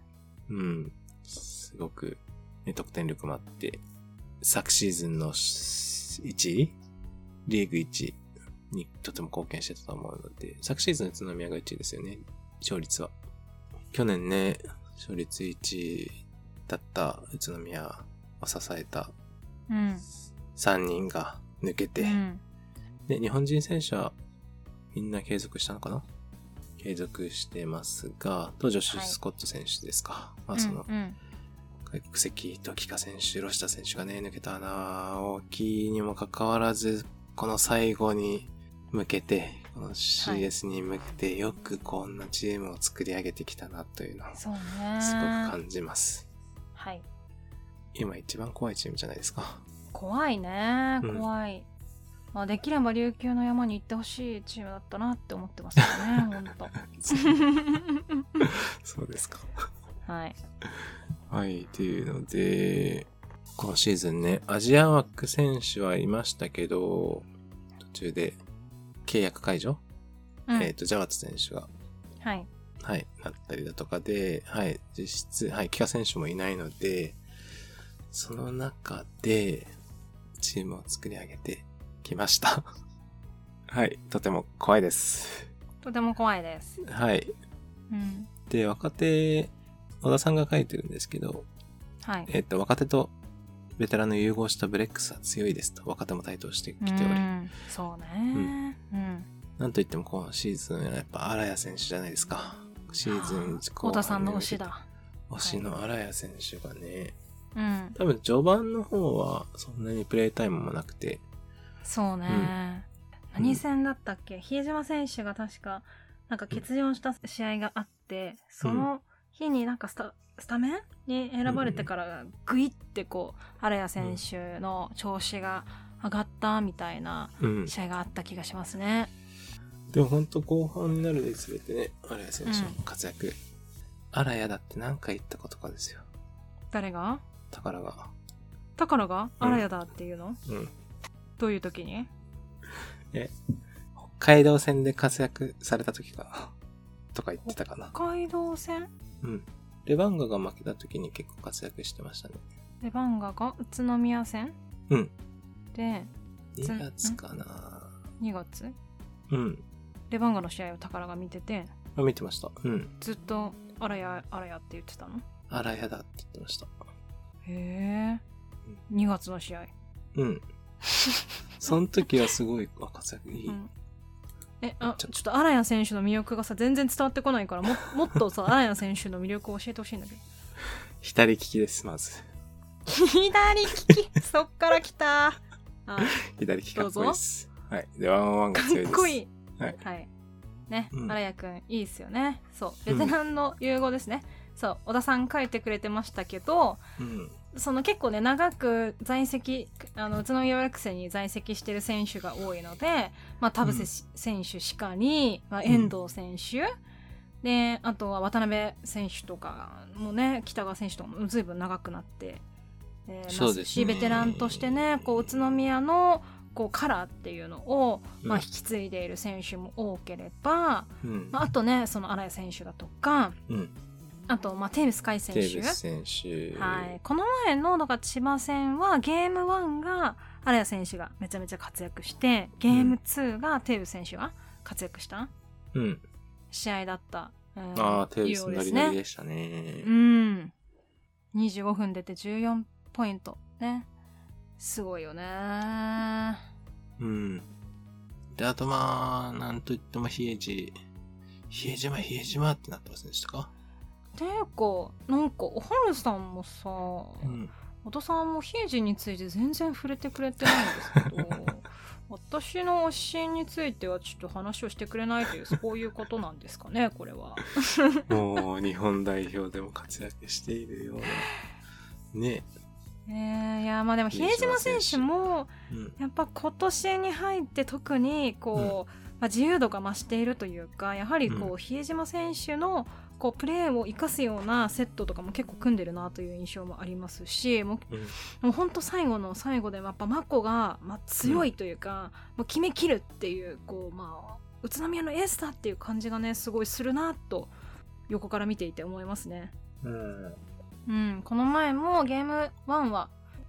すごく、ね、得点力もあって、昨シーズンの1位リーグ1位にとても貢献してたと思うので、昨シーズン宇都宮が1位ですよね、勝率は。去年ね、勝率1位だった宇都宮を支えた3人が抜けて、で、日本人選手はみんな継続したのかな？継続してますが、とジョシュ・スコット選手ですか。その、外国籍と帰化選手、ロシタ選手がね、抜けた穴大きいにもかかわらず、この最後に向けて、この CS に向けてよくこんなチームを作り上げてきたなというのをすごく感じます。今一番怖いチームじゃないですか。 怖いね、怖い。できれば琉球の山に行ってほしいチームだったなって思ってますよね、ほんと。 そうですか。 はい。 はい、っていうので、今シーズンね、アジア枠選手はいましたけど、途中で契約解除、ジャワット選手が、なったりだとかで、実質、帰化選手もいないので、その中で、チームを作り上げてきました。 はい、とても怖いです。 とても怖いです。 はい。うん、で、若手、小田さんが書いてるんですけど、はい。若手とベテランの融合したブレックスは強いですと、若手も台頭してきており。 そうね。 うん。なんといっても今シーズンはやっぱ荒谷選手じゃないですか。シーズン小田さんの推しだ。 推しの荒谷選手がね、多分序盤の方はそんなにプレイタイムもなくて。 そうね。何戦だったっけ？比江島選手が確か、なんか欠場した試合があって、その日になんかスタメンに選ばれてからグイってこう荒谷選手の調子が上がったみたいな試合があった気がしますね。 でも本当後半になるにつれてね、荒谷選手の活躍。荒谷だって何回言ったことかですよ。 誰が？ 宝が荒谷だっていうの？どういう時に？ 北海道戦で活躍された時かとか言ってたかな。 北海道戦？ レバンガが負けた時に結構活躍してましたね。 レバンガが宇都宮戦？で、 2月かな。 2月？レバンガの試合を宝が見てて。 見てました。 ずっと荒谷って言ってたの？荒谷だって言ってました。 へー。2月の試合。 その時はすごい活躍いい。 ちょっと荒谷選手の魅力がさ全然伝わってこないからもっとさ荒谷選手の魅力を教えてほしいんだけど。 左利きですまず。 左利きそっから来た。 左利きかっこいいです。はい。で1-1が強いです。 かっこいい。はい。ね、荒谷くんいいっすよね。そうベテランの融合ですね。そう小田さん書いてくれてましたけど、その結構ね長く在籍宇都宮ブレックスに在籍してる選手が多いので、田臥選手しかり、遠藤選手、であとは渡辺選手とかもね北川選手とかも随分長くなってますし、ベテランとしてねこう宇都宮のこうカラーっていうのを、引き継いでいる選手も多ければ、あとねその荒谷選手だとか、あと、テーブス海選手。はい。この前の、だから千葉戦は、ゲーム1が、荒谷選手がめちゃめちゃ活躍して、ゲーム2がテーブス選手が活躍した、試合だった。 テーブスノリノリでしたね。 25分出て14ポイント。ね。すごいよね。 で、あとなんといっても比江島ってなってませんでしたか？ ていうか、なんか、おはるさんもさ、小田さんも比江島について全然触れてくれてないんですけど、私の推しについてはちょっと話をしてくれないという、そういうことなんですかね、これは。 もう、日本代表でも活躍しているような。ね。 いや、でも、比江島選手も、やっぱ今年に入って特に、こう、自由度が増しているというか、やはりこう、比江島選手の、こうプレーを生かすようなセットとかも結構組んでるなという印象もありますし、もう本当最後の最後でやっぱマコが、強いというか、もう決めきるっていうこう、宇都宮のエースだっていう感じがねすごいするなと横から見ていて思いますね。この前もゲーム1は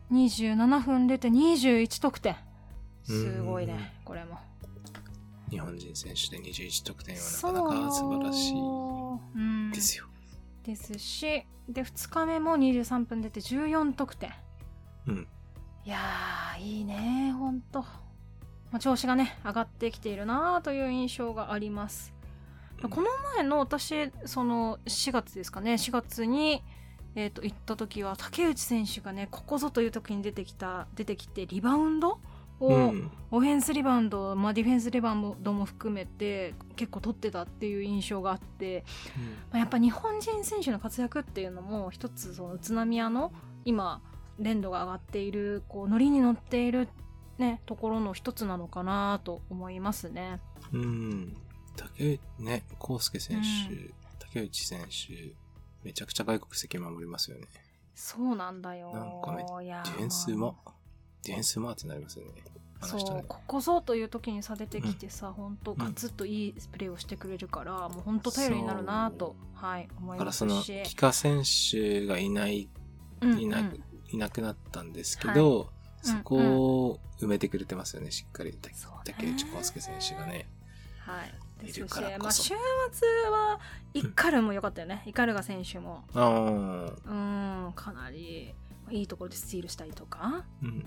27分出て21得点、すごいねこれも。 日本人選手で21得点はなかなか素晴らしいですよ。 ですし、で2日目も23分出て14得点。いやーいいねほんと。調子がね上がってきているなという印象があります。この前の私その4月ですかね、4月に行った時は竹内選手がねここぞという時に出てきてリバウンドを、オフェンスリバウンド、ディフェンスリバウンドも含めて結構取ってたっていう印象があって、やっぱ日本人選手の活躍っていうのも一つその宇都宮の今連度が上がっているこうノリに乗っている、ね、ところの一つなのかなと思いますね。 竹内選手、竹内選手めちゃくちゃ外国籍守りますよね。 そうなんだよ。 なんかディフェンスうまってなりますよね。 そう、ここぞという時に出てきてさ、本当ガツッといいプレーをしてくれるから、もう本当頼りになるなと、思いますし。だからその帰化選手がいなくなったんですけど、 そこを埋めてくれてますよね、しっかり。竹内康介選手がね。 はい。いるからこそ。週末はイカルも良かったよね。イカルガ選手も。かなりいいところでスティールしたりとか。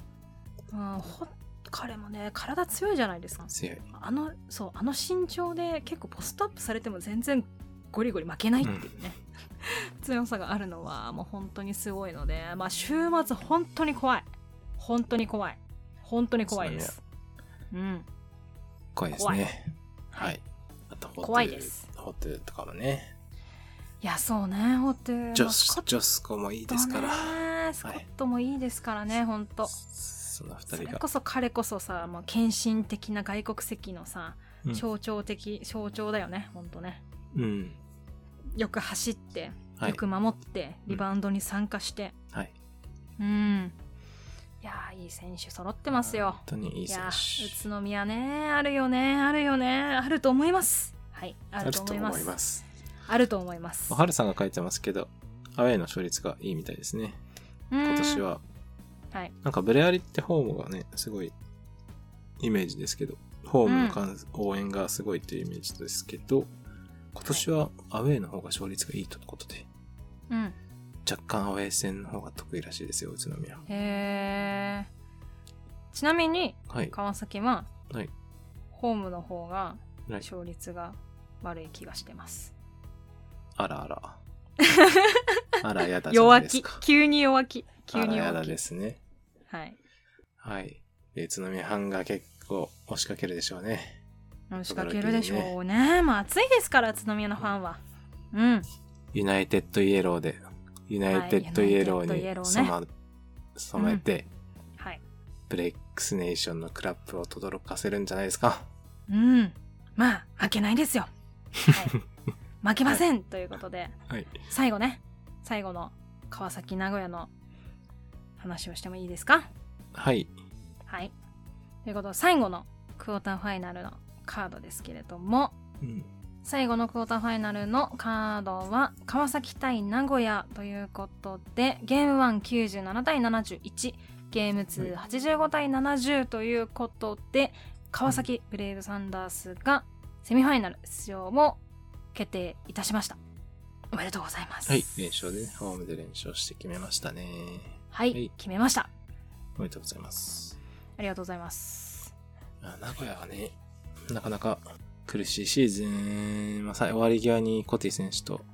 彼もね、体強いじゃないですか。 強い。 あの身長で結構ポストアップされても全然ゴリゴリ負けないっていうね、強さがあるのはもう本当にすごいので、週末本当に怖い。本当に怖いです。 怖いですね。はい。あと怖いです。 ホテルとかもね。 いや、そうね、ホテル。 ジョスコもいいですから。 スコットもいいですからね、本当。 その2人が。 それこそ彼こそさ、もう献身的な外国籍のさ、象徴だよね、本当ね。よく走って、よく守って、リバウンドに参加して。いやー、いい選手揃ってますよ。 本当にいい選手。いや、 宇都宮ね、あるよね、あると思います。はい、あると思います。あると思います。 春さんが書いてますけど、アウェーの勝率がいいみたいですね。今年は。 はい。 なんかブレアリってホームがね、すごいイメージですけど、ホームの応援がすごいというイメージですけど、今年はアウェーの方が勝率がいいということで。若干アウェー戦の方が得意らしいですよ、宇都宮。 へー。ちなみに、川崎は、ホームの方が勝率が悪い気がしてます。 あら。あら、やだじゃないですか。 急に弱気。 やだですね。 はい。 はい。宇都宮ファンが結構押しかけるでしょうね。 押しかけるでしょうね。暑いですから、宇都宮のファンは。 ユナイテッドイエローで。ユナイテッドイエローに染めて、ブレイクスネーションのクラップを轟かせるんじゃないですか。 負けないですよ。負けません、ということで、最後の川崎名古屋の話をしてもいいですか？ はい。 ということで、最後のクォーターファイナルのカードですけれども、最後のクォーターファイナルのカードは川崎対名古屋ということで、ゲーム197対71、ゲーム285対70ということで、川崎ブレイブサンダースがセミファイナル出場を決定いたしました。おめでとうございます。 連勝で、ホームで連勝して決めましたね。 決めました。 おめでとうございます。 ありがとうございます。 名古屋はね、なかなか苦しいシーズン、終わり際にコティ選手と、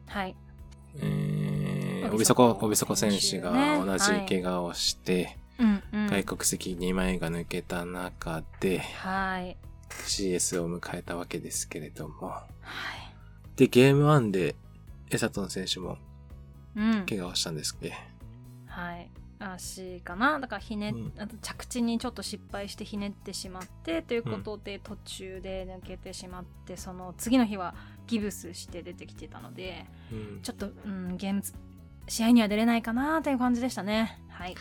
オビソコ選手が同じ怪我をして、外国籍2枚が抜けた中で、CS を迎えたわけですけれども、で、ゲーム1でエサトン選手も怪我をしたんですっけ？ 足かな、だから着地にちょっと失敗してひねってしまってということで、途中で抜けてしまって、その次の日はギブスして出てきてたので、ちょっと、試合には出れないかなという感じでしたね。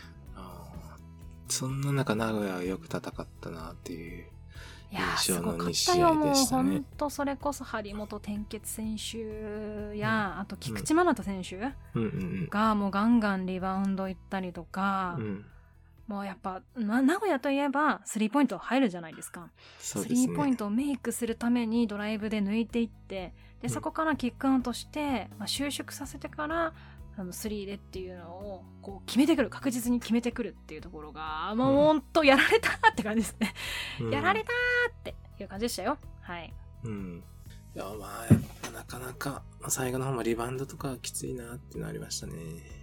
そんな中名古屋はよく戦ったなっていう印象の2試合でしたね。 すごかったよ。もう本当それこそ張本天傑選手や、あと菊池真奈手選手がもうガンガンリバウンド行ったりとか、もうやっぱ名古屋といえばスリーポイント入るじゃないですか。スリーポイントをメイクするためにドライブで抜いていって、でそこからキックアウトして、収縮させてからスリーでっていうのをこう決めてくる、確実に決めてくるっていうところが、もうほんとやられたって感じですね。やられたっていう感じでしたよ。 いや、なかなか最後の方もリバウンドとかきついなってなりましたね。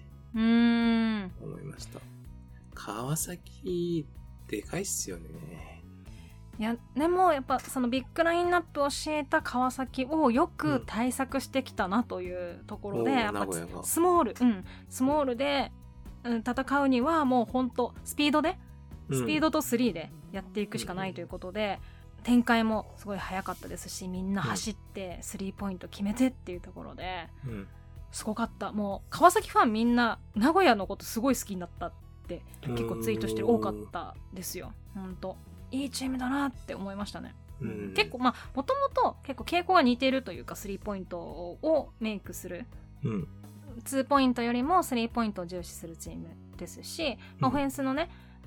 思いました。川崎でかいっすよね。 いやでもやっぱそのビッグラインナップを教えた川崎をよく対策してきたなというところで、やっぱスモールで戦うにはもう本当スピードとスリーでやっていくしかないということで、展開もすごい早かったですし、みんな走ってスリーポイント決めてっていうところで、すごかった。もう川崎ファンみんな名古屋のことすごい好きになったって結構ツイートしてる多かったですよ。本当いいチームだなって思いましたね。結構もともと結構傾向が似てるというか、スリーポイントをメイクする、2ポイントよりもスリーポイントを重視するチームですし、オフェンスのね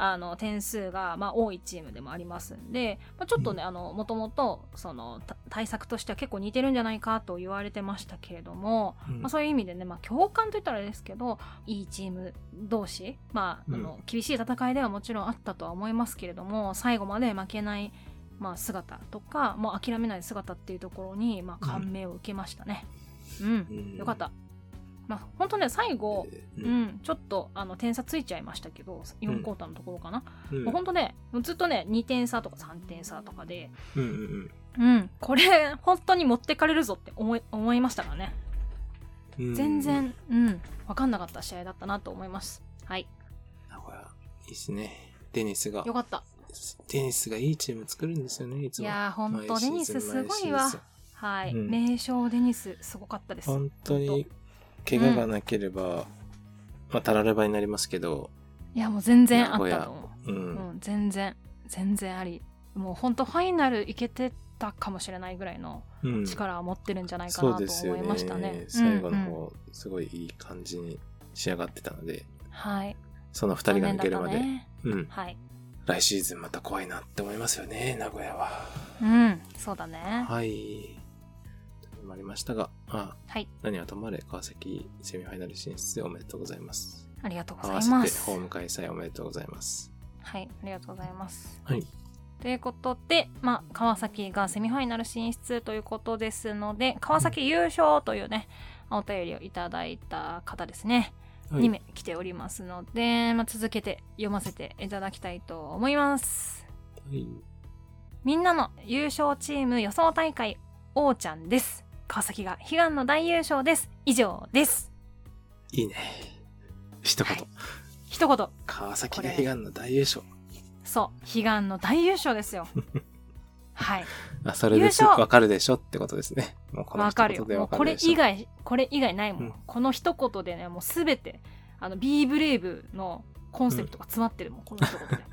点数が、多いチームでもありますんで、ちょっとね、もともと、対策としては結構似てるんじゃないかと言われてましたけれども、そういう意味でね、共感といったらあれですけど、いいチーム同士、厳しい戦いではもちろんあったとは思いますけれども、最後まで負けない、姿とか、もう諦めない姿っていうところに、感銘を受けましたね。よかった。本当ね、最後、ちょっと点差ついちゃいましたけど、4クォーターのところかな。もう本当ね、ずっとね、2点差とか3点差とかで、これ、本当に持ってかれるぞって思いましたからね。全然、わかんなかった試合だったなと思います。はい。 名古屋、いいですね。デニスが。 よかった。 デニスがいいチーム作るんですよね、いつも。 いやー、本当デニスすごいわ。はい。名将デニス、すごかったです。 本当に。怪我がなければ、たらればになりますけど。 いや、もう全然あったと思う。全然あり。もう本当ファイナルいけてたかもしれないぐらいの力を持ってるんじゃないかなと思いましたね。 最後の方、すごいいい感じに仕上がってたので。 はい。 その2人が抜けるまで。はい。来シーズンまた怖いなって思いますよね、名古屋は。 そうだね。 はい。ありましたが、何はともあれ川崎セミファイナル進出おめでとうございます。 ありがとうございます。 合わせてホーム開催おめでとうございます。 はい、ありがとうございます。 はい。 ということで、川崎がセミファイナル進出ということですので、川崎優勝というね、お便りをいただいた方ですね、2名来ておりますので、続けて読ませていただきたいと思います。 はい。 みんなの優勝チーム予想大会、おーちゃんです。川崎が悲願の大優勝です。以上です。 いいね。一言。 一言。 川崎が悲願の大優勝。 そう、悲願の大優勝ですよ。はい。 それですわかるでしょってことですね。もうこの一言でわかるでしょ。 これ以外ないもん。この一言でね、もうすべてビーブレイブのコンセプトが詰まってるもん、この一言で。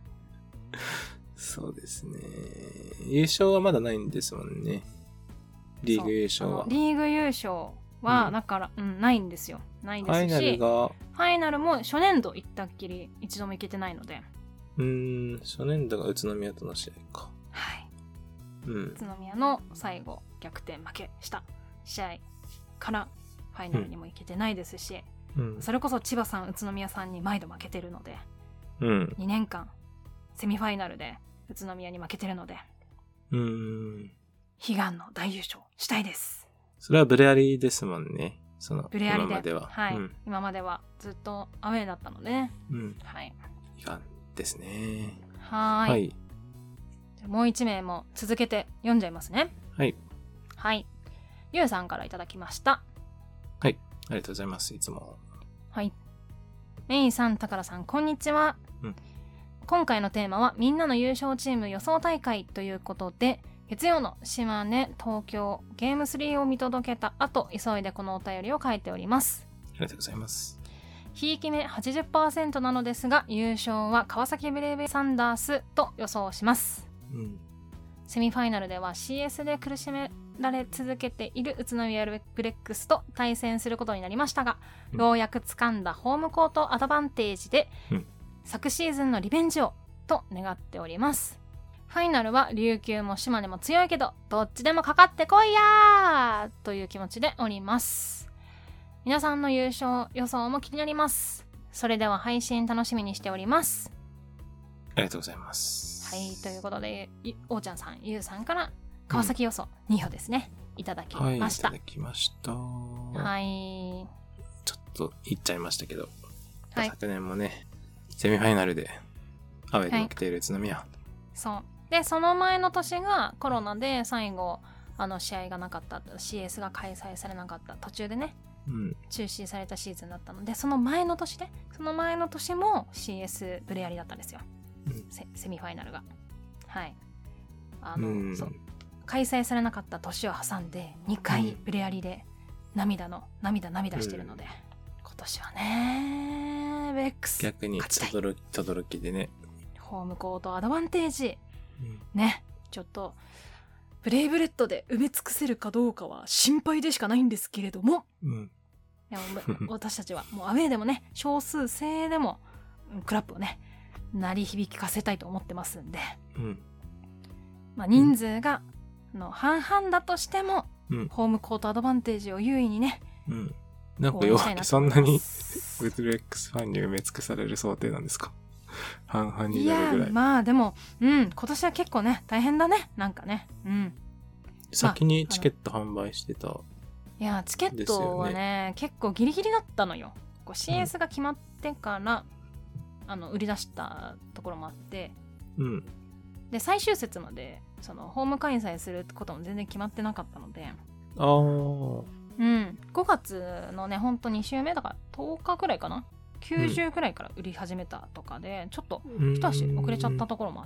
そうですね。優勝はまだないんですもんね。リーグ優勝は。 リーグ優勝は、だから、ないんですよ。ないですし、ファイナルも初年度行ったっきり一度も行けてないので。 初年度が宇都宮との試合か。 はい。宇都宮の最後、逆転負けした試合からファイナルにも行けてないですし、それこそ千葉さん、宇都宮さんに毎度負けてるので、2年間、セミファイナルで宇都宮に負けてるので、悲願の大優勝したいです。 それはブレアリーですもんね。 ブレアリーで。 今までは。 はい。今まではずっとアウェーだったので、はい。 悲願ですね。 はい。もう一名も続けて読んじゃいますね。 はい。 はい。ゆうさんからいただきました。 はい。ありがとうございます。いつも。 はい。メイさん、タカラさん、こんにちは。今回のテーマはみんなの優勝チーム予想大会ということで、月曜の島根、東京、ゲーム3を見届けた後、急いでこのお便りを書いております。 ありがとうございます。 ひいき目 80% なのですが、優勝は川崎ブレイブサンダースと予想します。セミファイナルでは CS で苦しめられ続けている宇都宮ブレックスと対戦することになりましたが、ようやく掴んだホームコートアドバンテージで、昨シーズンのリベンジをと願っております。ファイナルは琉球も島根も強いけど、どっちでもかかってこいやーという気持ちでおります。皆さんの優勝予想も気になります。それでは配信楽しみにしております。 ありがとうございます。 はい、ということで、おーちゃんさん、ゆうさんから川崎予想2票ですね、いただきました。 はい、いただきました。 はい。 ちょっと言っちゃいましたけど、昨年もね、セミファイナルでアウェーで負けている宇都宮。 そう。で、その前の年がコロナで最後、試合がなかった、CS が開催されなかった、途中でね、中止されたシーズンだったので、その前の年も CS ブレアリだったんですよ。セミファイナルが。はい。そう。開催されなかった年を挟んで、2回ブレアリで涙してるので、今年はね、ベックス。 逆に轟きでね。 ホームコートアドバンテージ。ね、ちょっとブレイブレッドで埋め尽くせるかどうかは心配でしかないんですけれども、でも私たちはもうアウェーでもね、少数制でもクラップをね鳴り響かせたいと思ってますんで、人数が半々だとしても、ホームコートアドバンテージを優位にね、 なんか弱気、そんなにウルトラ X ファンに埋め尽くされる想定なんですか？半々になるぐらい。 いや、でも、今年は結構ね、大変だね、なんかね。 先にチケット販売してた。 いや、チケットはね、結構ギリギリだったのよ。CS が決まってから、売り出したところもあって、で、最終節まで、ホーム開催することも全然決まってなかったので、5月のね、ほんと2週目だから10日くらいかな、90くらいから売り始めたとかで、ちょっと一足遅れちゃったところもあって、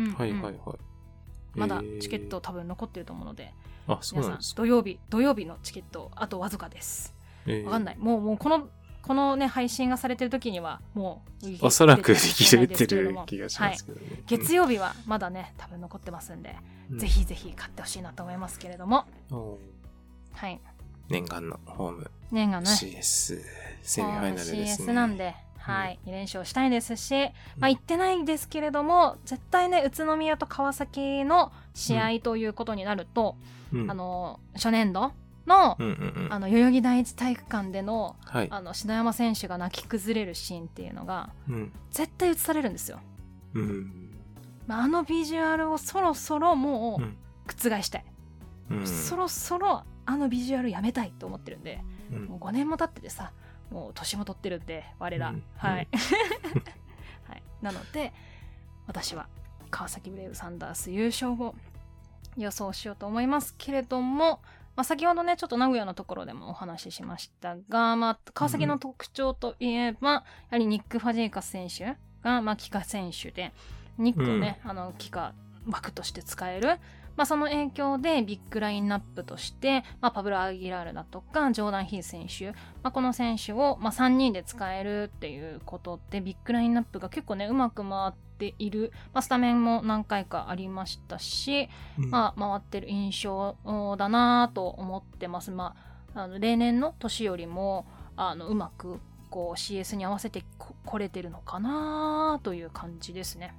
まだチケット多分残ってると思うので、 そうなんですか。 土曜日のチケットあとわずかです。わかんない。もうこのね配信がされてる時にはもうおそらく売り切れてる気がしますけどね。 月曜日はまだね多分残ってますんで、ぜひぜひ買ってほしいなと思いますけれども。はい。 念願のホーム。 念願の CS セミファイナルですね。 CS なんで。2連勝したいですし、行ってないですけれども、絶対ね、宇都宮と川崎の試合ということになると、初年度の、代々木第一体育館での、篠山選手が泣き崩れるシーンっていうのが、絶対映されるんですよ。あのビジュアルをそろそろもう覆したい。そろそろあのビジュアルやめたいと思ってるんで、もう5年も経っててさ、もう年も取ってるんで我ら、はい、なので私は川崎ブレイブサンダース優勝を予想しようと思いますけれども、先ほどねちょっと名古屋のところでもお話ししましたが、川崎の特徴といえば、やはりニック・ファジーカス選手が帰化選手で、ニックをね、帰化枠として使える、その影響でビッグラインナップとして、パブロ・アギラールだとかジョーダン・ヒー選手、この選手を、3人で使えるっていうことでビッグラインナップが結構ねうまく回っている、スタメンも何回かありましたし、回ってる印象だなと思ってます。例年の年よりもうまくこう CS に合わせてこれてるのかなという感じですね。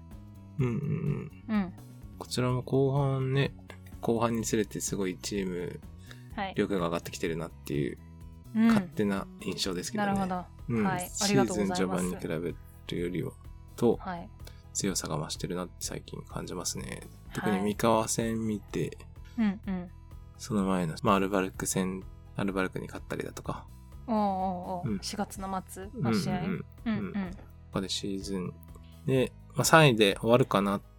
こちらも後半につれてすごいチーム力が上がってきてるなっていう勝手な印象ですけどね。 なるほど。 シーズン序盤に比べるよりはと強さが増してるなって最近感じますね。特に三河戦見て、その前の、アルバルク戦、アルバルクに勝ったりだとか、 4月の末の試合、 ここでシーズンで、3位で終わるかな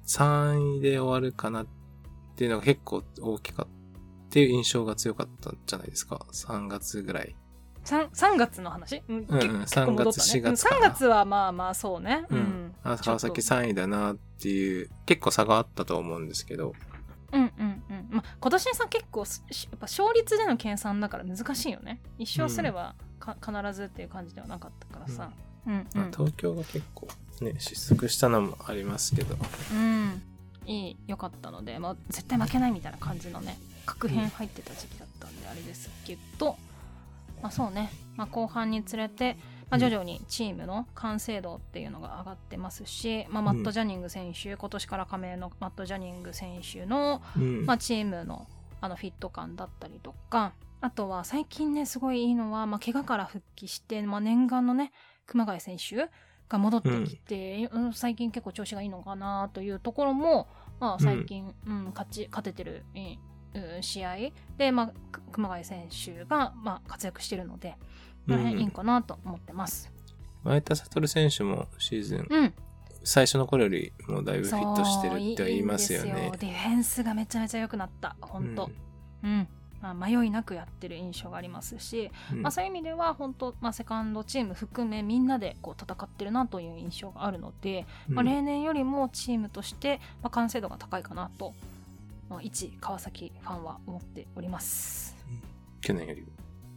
っていうのが結構大きかったっていう印象が強かったんじゃないですか。3月ぐらい。 3月の話、 3月、4月かな。 3月はそうね。 川崎3位だなっていう、結構差があったと思うんですけど。 今年さ結構やっぱ勝率での計算だから難しいよね。一勝すれば必ずっていう感じではなかったからさ。 東京が結構ね失速したのもありますけど、 良かったので、絶対負けないみたいな感じのね確変入ってた時期だったんであれですけど、そうね、後半につれて、徐々にチームの完成度っていうのが上がってますし、マット・ジャニング選手、今年から加盟のマット・ジャニング選手の、チームのフィット感だったりとか、あとは最近ねすごいいいのは、怪我から復帰して、念願のね熊谷選手が戻ってきて、最近結構調子がいいのかなというところも、最近、勝ててる、試合で、熊谷選手が、活躍してるので、この辺いいかなと思ってます。 前田悟選手もシーズン、最初の頃よりもだいぶフィットしてるって言いますよね。 いいんですよ。ディフェンスがめちゃめちゃ良くなった。本当。迷いなくやってる印象がありますし、そういう意味では本当、セカンドチーム含めみんなでこう戦ってるなという印象があるので、例年よりもチームとして、完成度が高いかなと、一川崎ファンは思っております。 去年よりも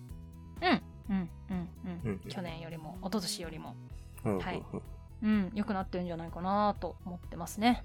去年よりも一昨年よりも良くなってるんじゃないかなと思ってますね。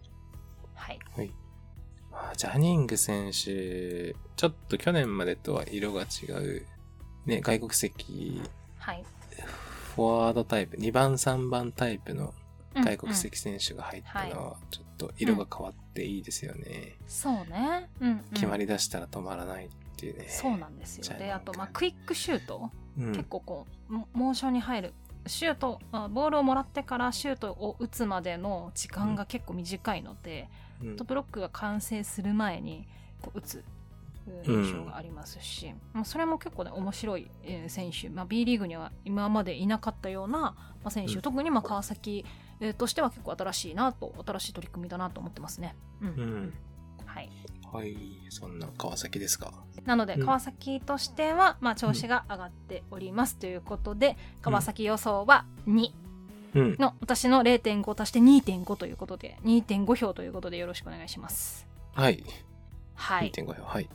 ジャニング選手、ちょっと去年までとは色が違う、ね、外国籍、フォワードタイプ、2番3番タイプの外国籍選手が入ったのはちょっと色が変わっていいですよね。 そうね。 決まりだしたら止まらないっていうね。 そうなんですよ。で、あとクイックシュート、結構こうモーションに入るシュート、ボールをもらってからシュートを打つまでの時間が結構短いので、ブロックが完成する前にこう打つ印象がありますし、それも結構ね面白い選手、B リーグには今までいなかったような選手、特に川崎としては結構新しい取り組みだなと思ってますね。 はい、そんな川崎ですか。 なので川崎としては、調子が上がっておりますということで、川崎予想は2の、私の 0.5 足して 2.5 ということで 2.5 票ということでよろしくお願いします。 はい、2.5 票。はい、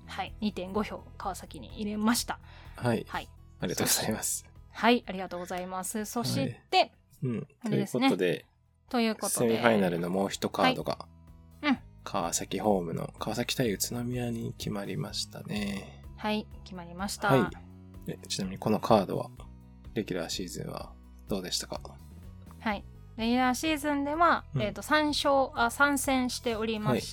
2.5 票川崎に入れました。 はい、ありがとうございます。 はい、ありがとうございます。そして、 ということでセミファイナルのもう一カードが、川崎ホームの川崎対宇都宮に決まりましたね。 はい、決まりました。 ちなみにこのカードはレギュラーシーズンはどうでしたか？ はい、レギュラーシーズンでは、3戦しておりまして、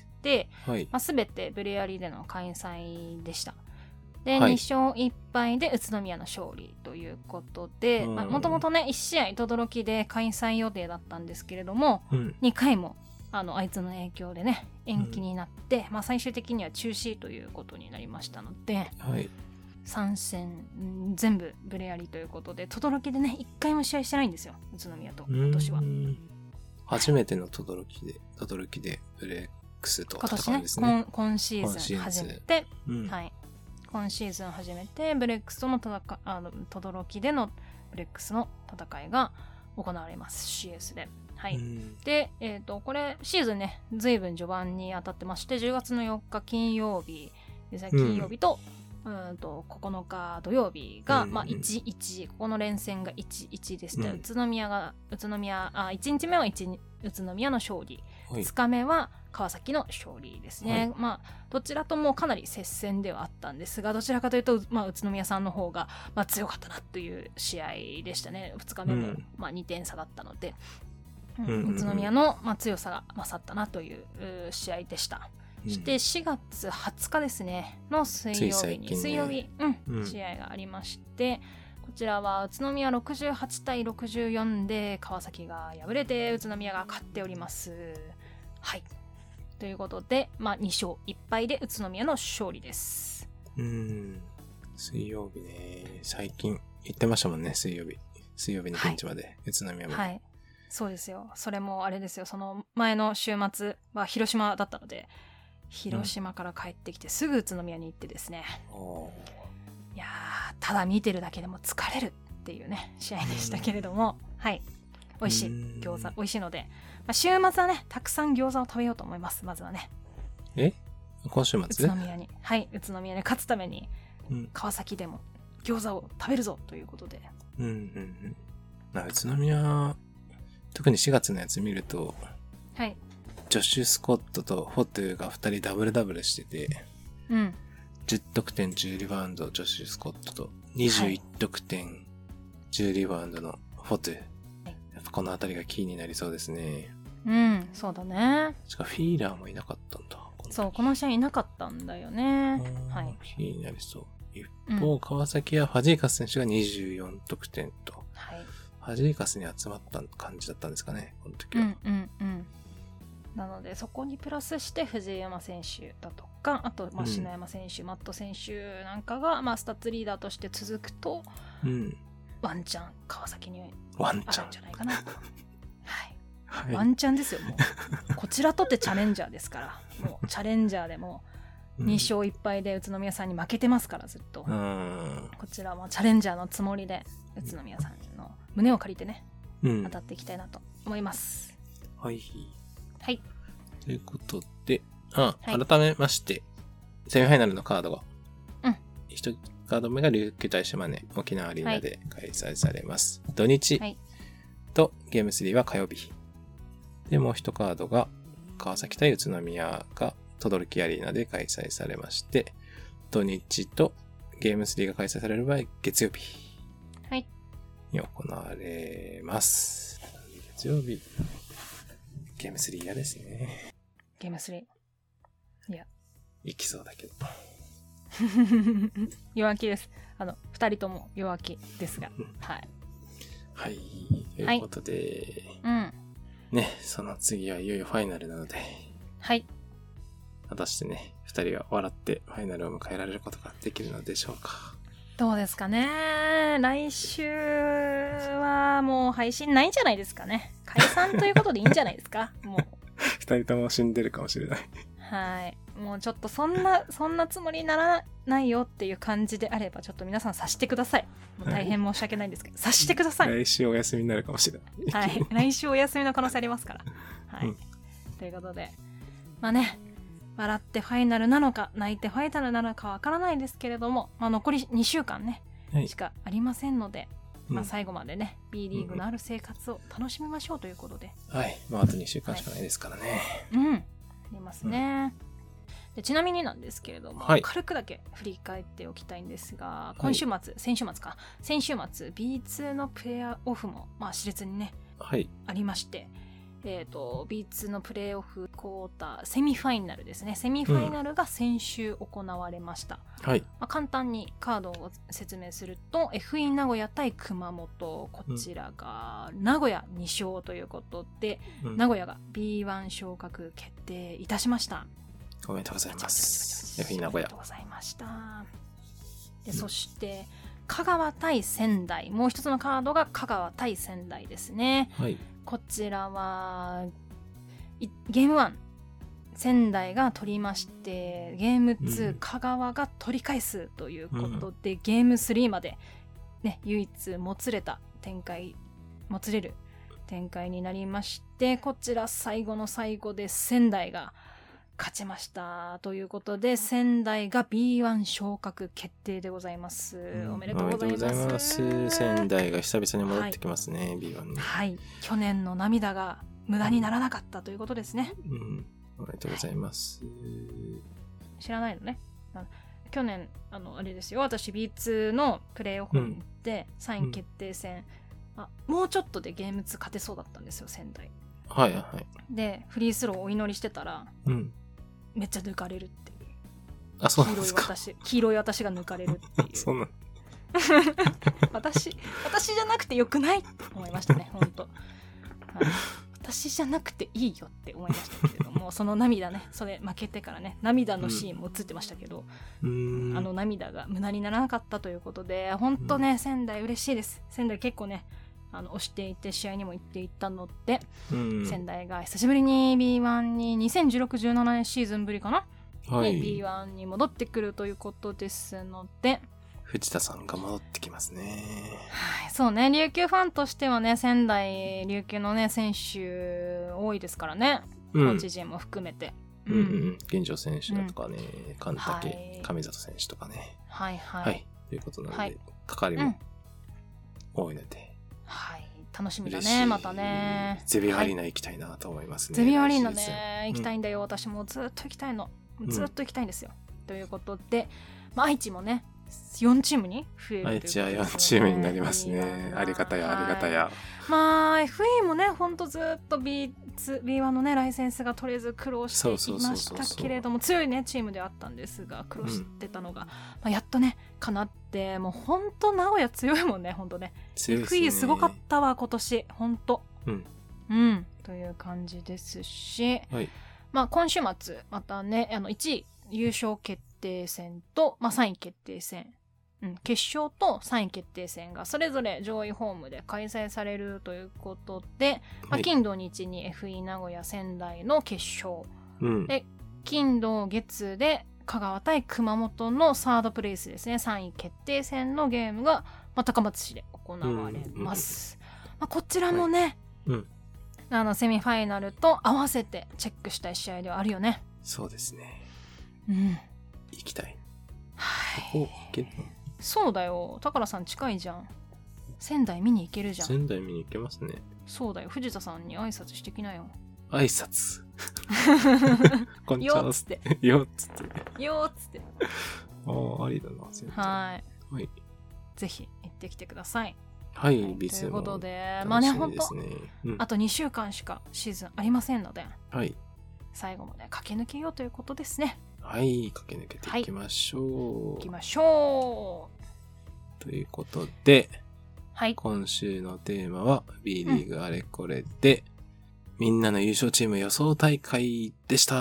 全てブレアリーでの開催でした。で、2勝1敗で宇都宮の勝利ということで、もともとね1試合轟で開催予定だったんですけれども、2回もあいつの影響でね延期になって、最終的には中止ということになりましたので、3戦全部ブレアリということで、轟でね1回も試合してないんですよ、宇都宮と今年は。 初めての轟でブレックスと戦うんですね。 今年ね、今シーズン初めて、今シーズン初めてブレックスとの轟でのブレックスの戦いが行われます、 CS で。で、これシーズンね随分序盤に当たってまして、10月の4日金曜日と、9日土曜日が、1-1、ここの連戦が 1-1 でした。1日目は宇都宮の勝利、2日目は川崎の勝利ですね。どちらともかなり接戦ではあったんですが、どちらかというと、宇都宮さんの方が、強かったなという試合でしたね。2日目も、2点差だったので、宇都宮の、強さが勝ったなという試合でした。そして4月20日ですねの水曜日、試合がありまして、こちらは宇都宮68対64で川崎が敗れて宇都宮が勝っております。ということで、2勝1敗で宇都宮の勝利です。 水曜日ね、最近言ってましたもんね。水曜日に現地まで、宇都宮まで。 そうですよ。それもあれですよ、その前の週末は広島だったので、広島から帰ってきてすぐ宇都宮に行ってですね、いやただ見てるだけでも疲れるっていうね試合でしたけれども、美味しい餃子美味しいので、週末はねたくさん餃子を食べようと思います。まずはね、 今週末宇都宮に勝つために、川崎でも餃子を食べるぞということで、 宇都宮特に4月のやつ見ると、ジョシュ・スコットとフォトゥが2人ダブルダブルしてて、10得点10リバウンドジョシュ・スコットと21得点10リバウンドのフォトゥ、やっぱこのあたりがキーになりそうですね。 そうだね。 しかもフィーラーもいなかったんだ。 そう、この試合いなかったんだよね。 キーになりそう。一方、川崎はファジーカス選手が24得点と、ファジーカスに集まった感じだったんですかね、この時は。 なのでそこにプラスして藤山選手だとか、あと篠山選手、マット選手なんかが、スタッツリーダーとして続くと、ワンチャン川崎にあるんじゃないかな。ワンチャンですよ。もうこちらとってチャレンジャーですから、もうチャレンジャーでも2勝1敗で宇都宮さんに負けてますから、ずっと。こちらはチャレンジャーのつもりで宇都宮さんの胸を借りてね、当たっていきたいなと思います。 ということで、改めまして、セミファイナルのカードが、1カード目が琉球対島根沖縄アリーナで開催されます。土日とゲーム3は火曜日。で、もう1カードが川崎対宇都宮が轟アリーナで開催されまして、土日とゲーム3が開催される場合、月曜日に行われます。 月曜日。ゲーム3嫌ですね。 ゲーム3。いや。 いきそうだけど。 弱気です。二人とも弱気ですが。はい。 はい。ということで、 はい、 ね、その次はいよいよファイナルなので。 はい。 果たしてね、二人は笑ってファイナルを迎えられることができるのでしょうか。 どうですかね。来週はもう配信ないんじゃないですかね。解散ということでいいんじゃないですか。もう。 二人とも死んでるかもしれない。 はい。もうちょっとそんなつもりにならないよっていう感じであれば、ちょっと皆さん察してください。もう大変申し訳ないんですけど、察してください。 来週お休みになるかもしれない。 はい。来週お休みの可能性ありますから。はい。ということで、まあね、笑ってファイナルなのか、泣いてファイナルなのかわからないですけれども、まあ、残り2週間ね、しかありませんので、まあ、最後までね、B リーグのある生活を楽しみましょうということで。 はい。まあ、あと2週間しかないですからね。 ありますね。でちなみになんですけれども、軽くだけ振り返っておきたいんですが、先週末 B2 のプレーオフも、まあ、熾烈にね、ありまして、B2 のプレーオフクォーターセミファイナルですね。セミファイナルが先週行われました。まあ、簡単にカードを説明すると FE 名古屋対熊本、こちらが名古屋2勝ということで、名古屋が B1 昇格決定いたしました。 おめでとうございます。FE 名古屋。 おめでとうございました。で、そして香川対仙台、もう一つのカードが香川対仙台ですね。こちらはゲーム1仙台が取りまして、ゲーム2、香川が取り返すということで、ゲーム3まで、ね、唯一もつれる展開になりまして、こちら最後の最後で仙台が勝ちましたということで、仙台が B1 昇格決定でございます。おめでとうございます。 仙台が久々に戻ってきますね、B1 に。 はい。去年の涙が無駄にならなかったということですね。 おめでとうございます。 知らないのね。去年、あれですよ、私 B2 のプレーオフに行って、3位決定戦、もうちょっとでゲーム2勝てそうだったんですよ、仙台。で、フリースローをお祈りしてたら、めっちゃ抜かれるっていう。 そうなんですか。 黄色い私が抜かれるっていう。 そうなん私じゃなくてよくないって思いましたね、本当。私じゃなくていいよって思いましたけれども、その涙ね、それ負けてからね、涙のシーンも映ってましたけど、涙が無駄にならなかったということで、本当ね、仙台嬉しいです。仙台結構ね、押していて試合にも行っていったので、仙台が久しぶりに B1 に2016-17年シーズンぶりかな、に B1 に戻ってくるということですので、 藤田さんが戻ってきますね。 そうね、琉球ファンとしてはね、仙台琉球のね選手多いですからね、コーチ陣も含めて、 現状選手だとかね、神竹、上里選手とかね、ということなので、関わりも多いので、 楽しみだね。またね、 ゼビアリーナ行きたいなと思いますね。 ゼビアリーナね、行きたいんだよ。私もずっと行きたいの、ずっと行きたいんですよ。ということで、愛知もね4チームに増える。 愛知は4チームになりますね。ありがたや、ありがたや。 まあ FE もね、ほんとずっと B1 のねライセンスが取れず苦労していましたけれども、強いねチームではあったんですが、苦労してたのが、やっとね叶って、もうほんと名古屋強いもんね、ほんとね。FE すごかったわ今年、ほんと。という感じですし、今週末またね、1位優勝決定戦と、3位決定戦、決勝と3位決定戦がそれぞれ上位ホームで開催されるということで、金土日に FE 名古屋仙台の決勝、で金土月で香川対熊本のサードプレイスですね、3位決定戦のゲームが、高松市で行われます。こちらもね、セミファイナルと合わせてチェックしたい試合ではあるよね。 そうですね。行きたい。 そうだよ、高さん近いじゃん。仙台見に行けるじゃん。 仙台見に行けますね。 そうだよ、藤田さんに挨拶してきなよ。 挨拶こんにちはっつってよっつってよっつってありだな。 はい、ぜひ行ってきてください。 はい、ビスということで、 まあね、 本当、あと2週間しかシーズンありませんので、 はい、 最後まで駆け抜けようということですね。 はい、駆け抜けていきましょう。 いきましょう。ということで、 はい、 今週のテーマは B リーグあれこれで、みんなの優勝チーム予想大会でした。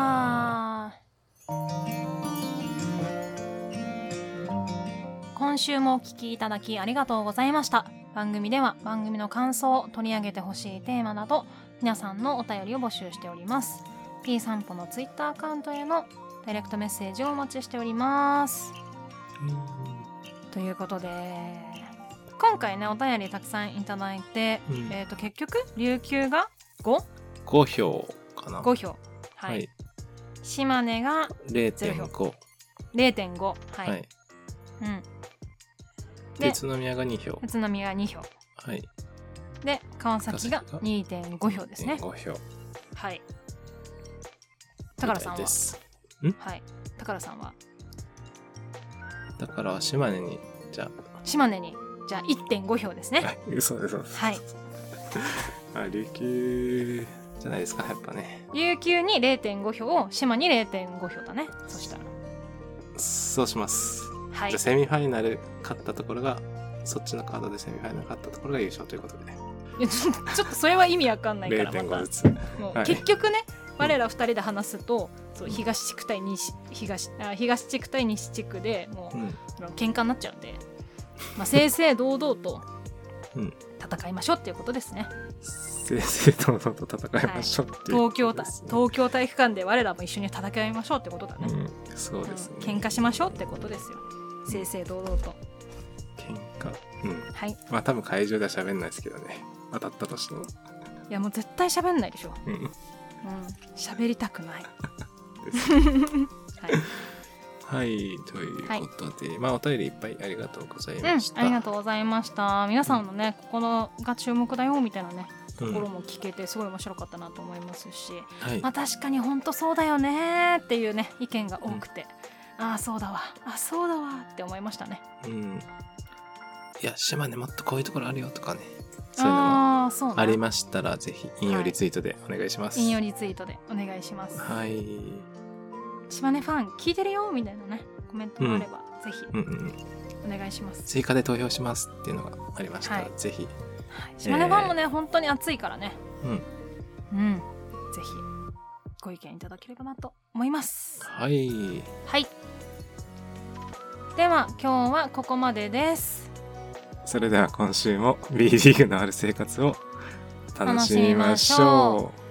今週もお聞きいただきありがとうございました。番組では番組の感想、取り上げてほしいテーマなど皆さんのお便りを募集しております。P 散歩のツイッターアカウントへのダイレクトメッセージをお待ちしております。ということで今回ねお便りたくさんいただいて、結局琉球が 5 票かな。 5票、はい、島根が 0.5 0.5 はい、はい、 で宇都宮が2票。 宇都宮が2票。 はい。 で川崎が 2.5 票ですね。 2.5票。 はい。宝さんは。はい。宝さんは。 宝は島根にじゃあ。 島根にじゃあ 1.5 票ですね。 はい。嘘です。 はい。 琉球じゃないですかやっぱね。 琉球に 0.5 票、島に 0.5 票だね。そしたら。 そうします。 はい、 じゃあセミファイナル勝ったところがそっちのカードでセミファイナル勝ったところが優勝ということで、 ちょっとそれは意味わかんないから 0.5 ずつもう、はい、結局ね我ら2人で話すと、そう東地区対東地区対西地区でもう、喧嘩になっちゃうんで、正々堂々と戦いましょうっていうことですね。 正々堂々と戦いましょうっていう、 はい、東京体育館で我らも一緒に戦いましょうってことだね。 そうですね、 喧嘩しましょうってことですよ。正々堂々と喧嘩、 はい。 まあ多分会場では喋んないですけどね、当たったとしても。いやもう絶対喋んないでしょ。喋りたくないはい、ということで、お便りいっぱいありがとうございました。 ありがとうございました。皆さんのね、ここが注目だよみたいなねところも聞けてすごい面白かったなと思いますし、確かに本当そうだよねっていうね意見が多くて、そうだわって思いましたね。 いや島根もっとこういうところあるよとかね、そういうのもありましたらぜひ引用リツイートでお願いします。 引用リツイートでお願いします。 はい。 島根ファン聞いてるよみたいなねコメントもあれば、ぜひお願いします。 追加で投票しますっていうのがありましたら、ぜひ、 島根ファンもね本当に熱いからね、ぜひご意見いただければなと思います。 はい、 では今日はここまでです。 それでは今週も B リーグのある生活を楽しみましょう。